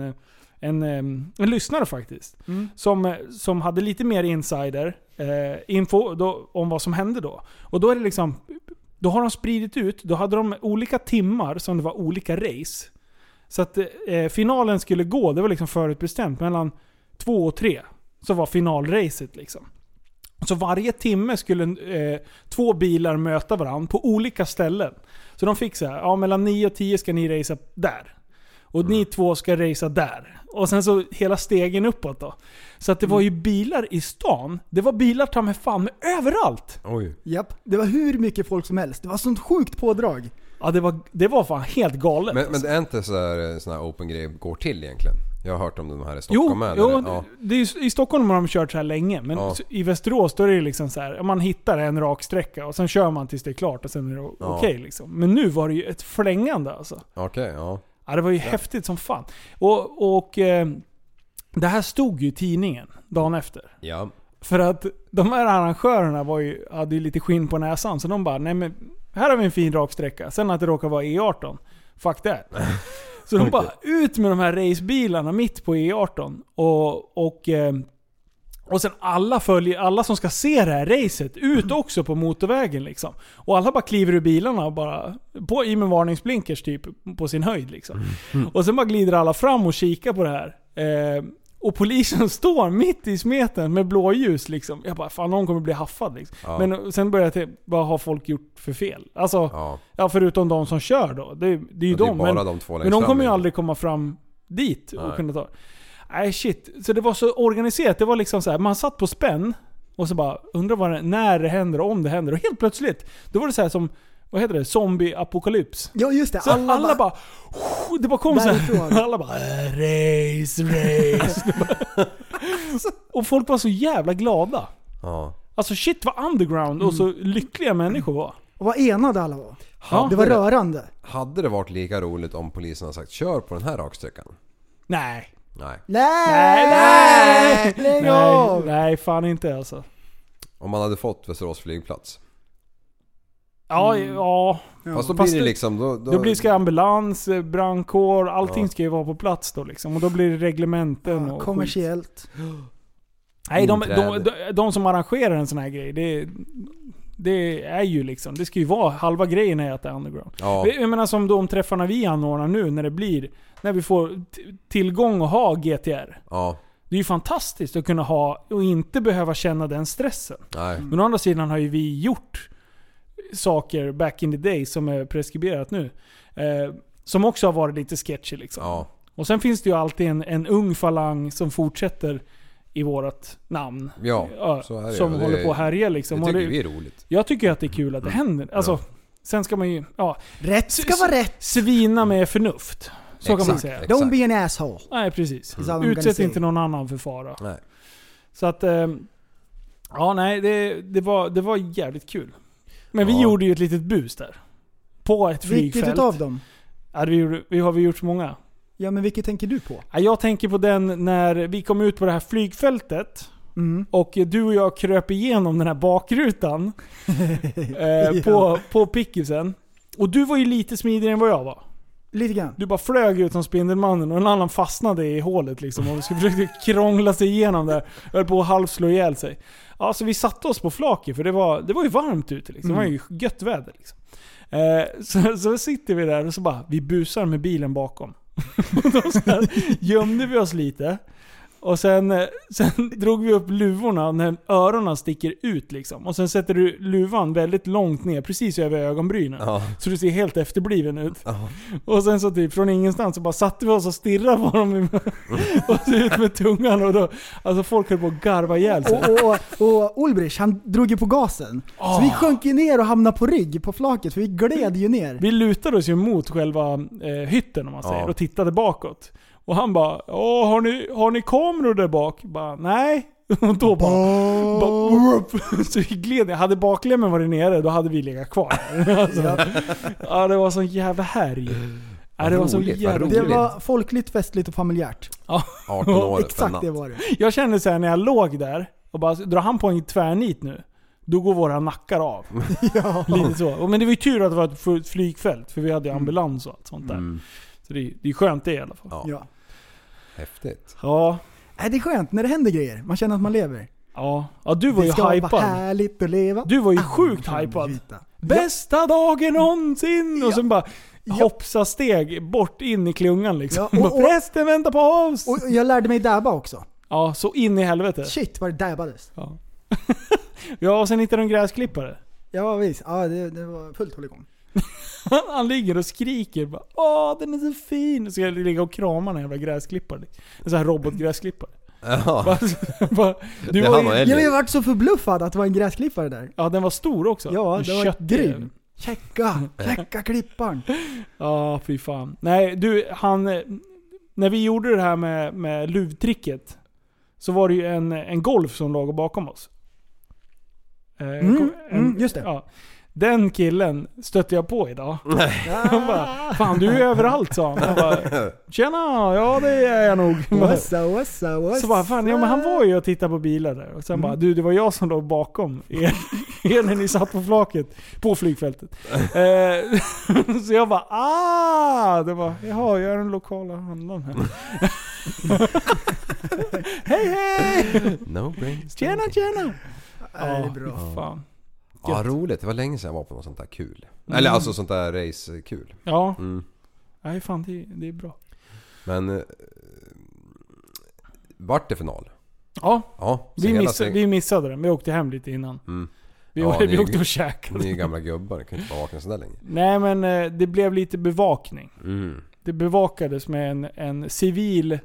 en lyssnare faktiskt. Som hade lite mer insider info då, om vad som hände då. Och då är det liksom, då har de spridit ut, då hade de olika timmar som det var olika race. Så att finalen skulle gå, det var liksom förutbestämt mellan 2 och 3. Så var finalracet liksom. Så varje timme skulle 2 bilar möta varandra på olika ställen. Så de fick så här, mellan 9 och 10 ska ni racea där. Och ni 2 ska racea där. Och sen så hela stegen uppåt då. Så att det var ju bilar i stan. Det var bilar ta med fan med överallt. Oj. Japp, det var hur mycket folk som helst. Det var sånt sjukt pådrag. Ja, det var fan helt galet. Men det är inte så här open grej går till egentligen. Jag har hört om de här i Stockholm. Det är i Stockholm har de kört så här länge. Men i Västerås då är det liksom så här, man hittar en rak sträcka och sen kör man tills det är klart och sen är det okej liksom. Men nu var det ju ett flängande alltså. Okej. Ja, det var ju häftigt som fan. Och det här stod ju i tidningen dagen efter. Ja. För att de här arrangörerna hade ju lite skinn på näsan. Så de bara, nej men här har vi en fin raksträcka. Sen att det råkar vara E18. Fuck that. Så de bara ut med de här racebilarna mitt på E18. Och sen alla som ska se det här racet ut också på motorvägen liksom. Och alla bara kliver ur bilarna och bara i med varningsblinkers typ på sin höjd liksom. Och sen bara glider alla fram och kikar på det här. Och polisen står mitt i smeten med blåljus liksom. Jag bara, fan någon kommer bli haffad liksom. Ja. Men sen började jag vad har folk gjort för fel? Alltså, förutom de som kör då. Det är ju de. Bara de två men de kommer ju aldrig komma fram dit och kunna ta. Nej shit. Så det var så organiserat. Det var liksom så här, man satt på spänn och så bara undrar när det händer och om det händer. Och helt plötsligt, då var det så här som, vad heter det? Zombie-apokalyps. Ja just det. Så alla bara det bara kom så här. Alla bara race. Och folk var så jävla glada. Ja. Alltså shit vad underground och så lyckliga människor var. Och vad enade alla var. Det var rörande. Hade det varit lika roligt om polisen hade sagt kör på den här raksträckan? Nej. Nej, fan inte alltså. Om man hade fått Västerås flygplats. Ja. Fast då blir det liksom då blir det ambulans, brandkår, allting ska ju vara på plats då liksom. Och då blir det reglementen och kommersiellt. Nej, de som arrangerar en sån här grej, det är ju liksom, det ska ju vara halva grejen är att det är underground. Ja. Jag menar som de träffarna vi anordnar nu när vi får tillgång och ha GTR. Ja. Det är ju fantastiskt att kunna ha och inte behöva känna den stressen. Nej. Men å andra sidan har ju vi gjort saker back in the day som är preskriberat nu. Som också har varit lite sketchy liksom. Ja. Och sen finns det ju alltid en ung falang som fortsätter i vårat namn. Ja, så är det. Som håller på att härja liksom. Det tycker vi är roligt. Jag tycker att det är kul att det händer. Alltså, sen ska man ju... rätt ska vara rätt. Svina med förnuft. Så kan man säga. Exakt. Don't be an asshole. Nej, precis. Utsätt inte någon annan för fara. Nej. Så att... det var jävligt kul. Men vi gjorde ju ett litet bus där. På ett flygfält. Vilket av dem? Ja, vi har gjort så många. Ja, men vilket tänker du på? Ja, jag tänker på den när vi kom ut på det här flygfältet. Och du och jag kröp igenom den här bakrutan på pickisen. Och du var ju lite smidigare än vad jag var. Lite grann. Du bara flög ut som Spindelmannen och en annan fastnade i hålet liksom. Och vi försökte krångla sig igenom där. Höll på att halvslå ihjäl sig. Ja, så vi satte oss på flaket för det var ju varmt ute liksom. Det var ju gött väder liksom. Så sitter vi där och så bara, vi busar med bilen bakom. Och då så här, gömde vi oss lite. Och sen drog vi upp luvorna när öronen sticker ut liksom. Och sen sätter du luvan väldigt långt ner, precis över ögonbrynen. Så du ser helt efterbliven ut. Och sen så typ från ingenstans så bara satte vi oss och stirrade på dem och så ut med tungan. Och då, alltså folk höll på att garva ihjäl sig. Och Ulbrich, han drog ju på gasen. Så vi sjönk ju ner och hamnade på rygg på flaket, för vi gled ju ner. Vi lutade oss ju mot själva hytten om man säger och tittade bakåt. Och han bara, har ni kameror där bak? Bara, nej. Och då bara så vi gled. Hade baklämmen varit nere, då hade vi legat kvar. Alltså, ja, det var sån jävla härj. Ja, det var så jävla roligt. Det var folkligt, festligt och familjärt. Ja, 18 år. Exakt det var det. Jag kände så här när jag låg där och bara, drar han på en tvärnit nu, då går våra nackar av. Lite så. Men det var ju tur att det var ett flygfält, för vi hade ambulans och allt sånt där. Så det är skönt det i alla fall. Ja. Häftigt. Ja. Det är skönt när det händer grejer. Man känner att man lever. Ja, du var ju hypad. Det ska vara härligt att leva. Du var ju sjukt hypad. Bästa dagen någonsin! Och sen bara hoppsa steg bort in i klungan liksom. Och resten väntar på oss. Och jag lärde mig dabba också. Ja, så in i helvete. Shit, vad det dabbades. Ja. Ja, och sen hittade de gräsklippare. Ja, visst. Ja, det var fullt hålligång. Han ligger och skriker bara, åh, den är så fin. Så jag ligger och kramar den jävla gräsklippare. En sån här robotgräsklippare. Ja. Jag har varit så förbluffad att det var en gräsklippare där. Ja, den var stor också. Ja, den var grym. Checka klipparn. Ja, fy fan. Nej, du, när vi gjorde det här med luvtricket, så var det ju en golf som låg bakom oss. Just det. Ja. Den killen stötte jag på idag. Han bara, fan du är överallt, sa han. Jag bara, tjena, ja det är jag nog. Så bara, fan, ja, men han var ju och tittade på bilar där. Och sen bara, det var jag som låg bakom er när ni satt på flaket på flygfältet. Så jag bara, det var, jaha, jag är den lokala handlaren här. Hej! No brains. Tjena! Det är bra. Fan. Ja, roligt. Det var länge sedan jag var på något sånt där kul. Eller alltså sånt där race kul. Ja. Nej, fan det är bra. Men vart det final? Ja. Vi missade den. Vi åkte hem lite innan. Vi åkte och käkade. Ni är gamla gubbar. Det kan inte vara vakna så där länge. Nej, men det blev lite bevakning. Det bevakades med en civil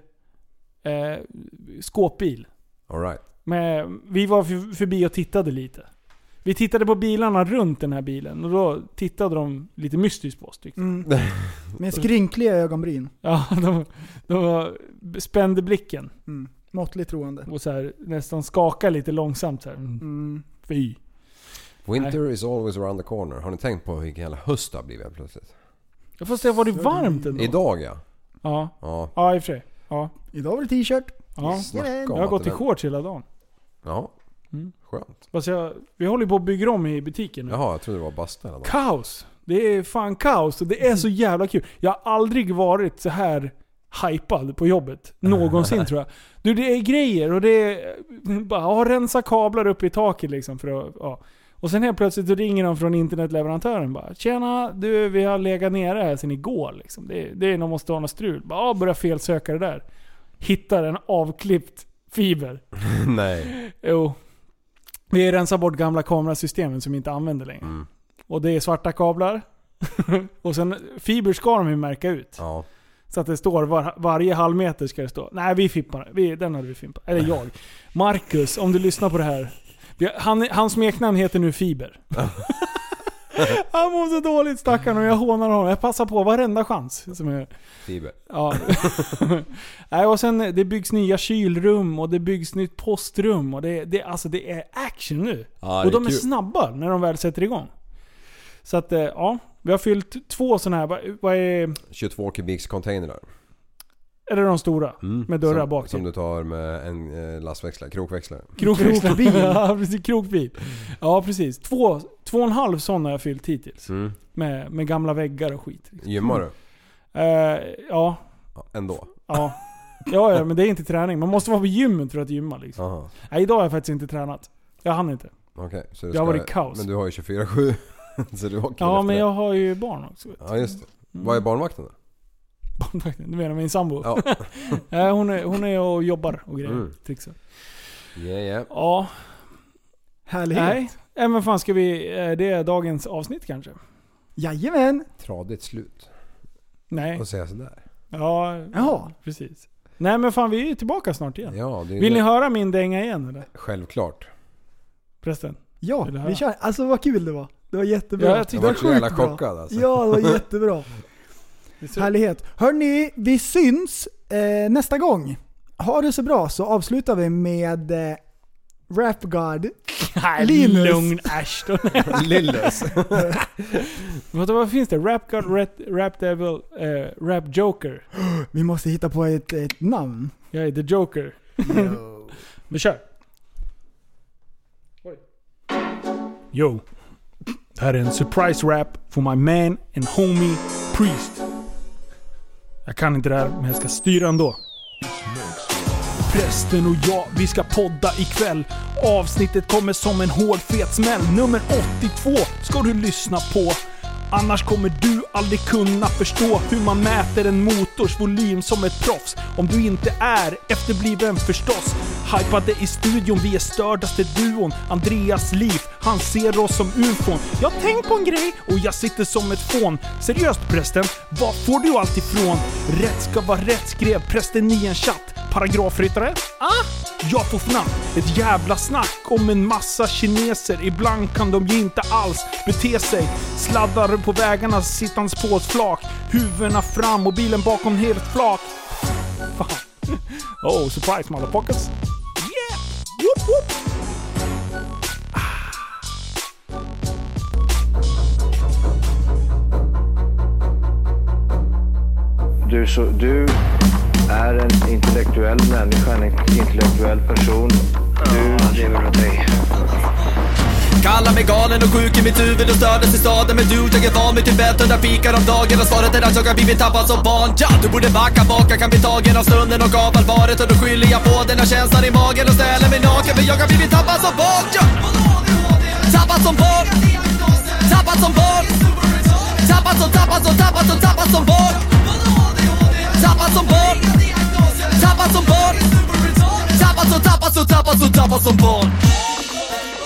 skåpbil. All right. Vi var förbi och tittade lite. Vi tittade på bilarna runt den här bilen och då tittade de lite mystiskt på oss. Med skrynkliga ögonbryn. Ja, de spände blicken. Måttligt troende. Och så här, nästan skaka lite långsamt så här. Fy. Winter is always around the corner. Har ni tänkt på vilken jävla höst det har blivit plötsligt? Jag får säga, var det varmt ändå? Idag ja. Ja, i och för sig. Ja. Idag var det t-shirt. Ja. Jag har gått i shorts hela dagen. Ja. Skönt. Fast vi håller på att bygga om i butiken nu. Jaha, jag trodde det var basta eller något. Kaos. Det är fan kaos och det är så jävla kul. Jag har aldrig varit så här hypad på jobbet någonsin tror jag. Du, det är grejer och det är bara rensa kablar upp i taket liksom för att, ja. Och sen helt plötsligt ringer de från internetleverantören bara, tjena, du, vi har legat nere här sen igår liksom. Det är någon måste ha något strul. Bara, börja felsöka det där. Hittar en avklippt fiber. Nej. Jo. Vi rensar bort gamla kamerasystemen som inte använder längre. Och det är svarta kablar. Och sen fiber ska de ju märka ut. Ja. Så att det står varje halvmeter ska det stå. Nej, vi fippar. Den hade vi fimpat. Eller jag. Marcus, om du lyssnar på det här. Hans smeknamn heter nu Fiber. Han mår så dåligt stackarn och jag hånar honom. Jag passar på varenda chans. Som är... Fiber. Ja. Nej, och sen det byggs nya kylrum och det byggs nytt postrum. Och det är action nu. Ja, och de är snabba när de väl sätter igång. Så att, ja. Vi har fyllt 2 sådana här. Vad är... 22 kubiks container där. Är det de stora? Med dörrar bak till? Som du tar med en lastväxlare, krokväxlare. Krokbil. Ja, precis, krokbil. Ja, precis. 2,5 sådana har jag fyllt hittills. Med gamla väggar och skit. Gymmar du? Ja. Ändå? Ja, men det är inte träning. Man måste vara på gymmet för att gymma liksom. Nej, idag har jag faktiskt inte tränat. Jag hann inte. Okej, så jag har varit kaos. Men du har ju 24/7. Så du har ja, men jag har ju barn också. Ja, just det. Vad är barnvakten då? Barnvakten? Du menar min sambo? Ja. hon är och jobbar och grejer. Trixar. Yeah. Ja. Härligt. Nej, men fan ska vi... Det är dagens avsnitt kanske? Jajamän. Tradigt slut. Nej. Och säga sådär. Ja, precis. Nej men fan, vi är tillbaka snart igen. Ja, vill ni höra min dänga igen eller? Självklart. Förresten. Ja, vi kör. Alltså vad kul det var. Det var jättebra. Ja, jag tyckte det var så jävla chockad alltså. Ja, det var jättebra. Härlighet. Hörrni, vi syns nästa gång. Ha det så bra, så avslutar vi med Rap God Linus. Lugn Ashton. Linus. Vad finns det? Rap God, Rap Devil, Rap Joker. Vi måste hitta på ett namn. Ja, The Joker. Men kör. Yo. Det här är en surprise rap för my man and homie Priest. Jag kan inte det här, men jag ska styra ändå. Prästen och jag, vi ska podda ikväll. Avsnittet kommer som en hård fet smäll. Nummer 82 ska du lyssna på. Annars kommer du aldrig kunna förstå hur man mäter en motors volym som ett proffs. Om du inte är efterbliven förstås. Hypade i studion, vi är stördaste duon. Andreas liv, han ser oss som ufon. Jag har tänkt på en grej och jag sitter som ett fån. Seriöst prästen, var får du allt ifrån? Rätt ska vara rätt, skrev prästen i en chatt. Paragrafryttare? Jag får fram ett jävla snack om en massa kineser. Ibland kan de ju inte alls bete sig. Sladdar på vägarna, sittans på ett flak. Huvudena fram och bilen bakom helt flak. Fan. Oh, surprise motherfuckers. Yeah! Whoop whoop! Du är en intellektuell människa, en intellektuell person. Du lever åt dig. Kallar mig galen och sjuk i mitt huvud och stördes i staden. Men du, jag är van vid Tibet under fikar om dagen. Och svaret är att jag har blivit tappad som barn. Ja, du borde backa bak, jag kan bli tagen av stunden och av allvaret. Och då skyller jag på den här känslan i magen och ställer mig naken. För jag har blivit tappad som barn. Ja. Tappad som barn. Tappad som barn. Tappad som barn. Tappad som barn. Tappad som barn. Tappad som barn.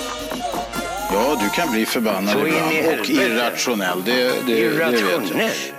Ja, du kan bli förbannad ibland och irrationell. Det vet jag.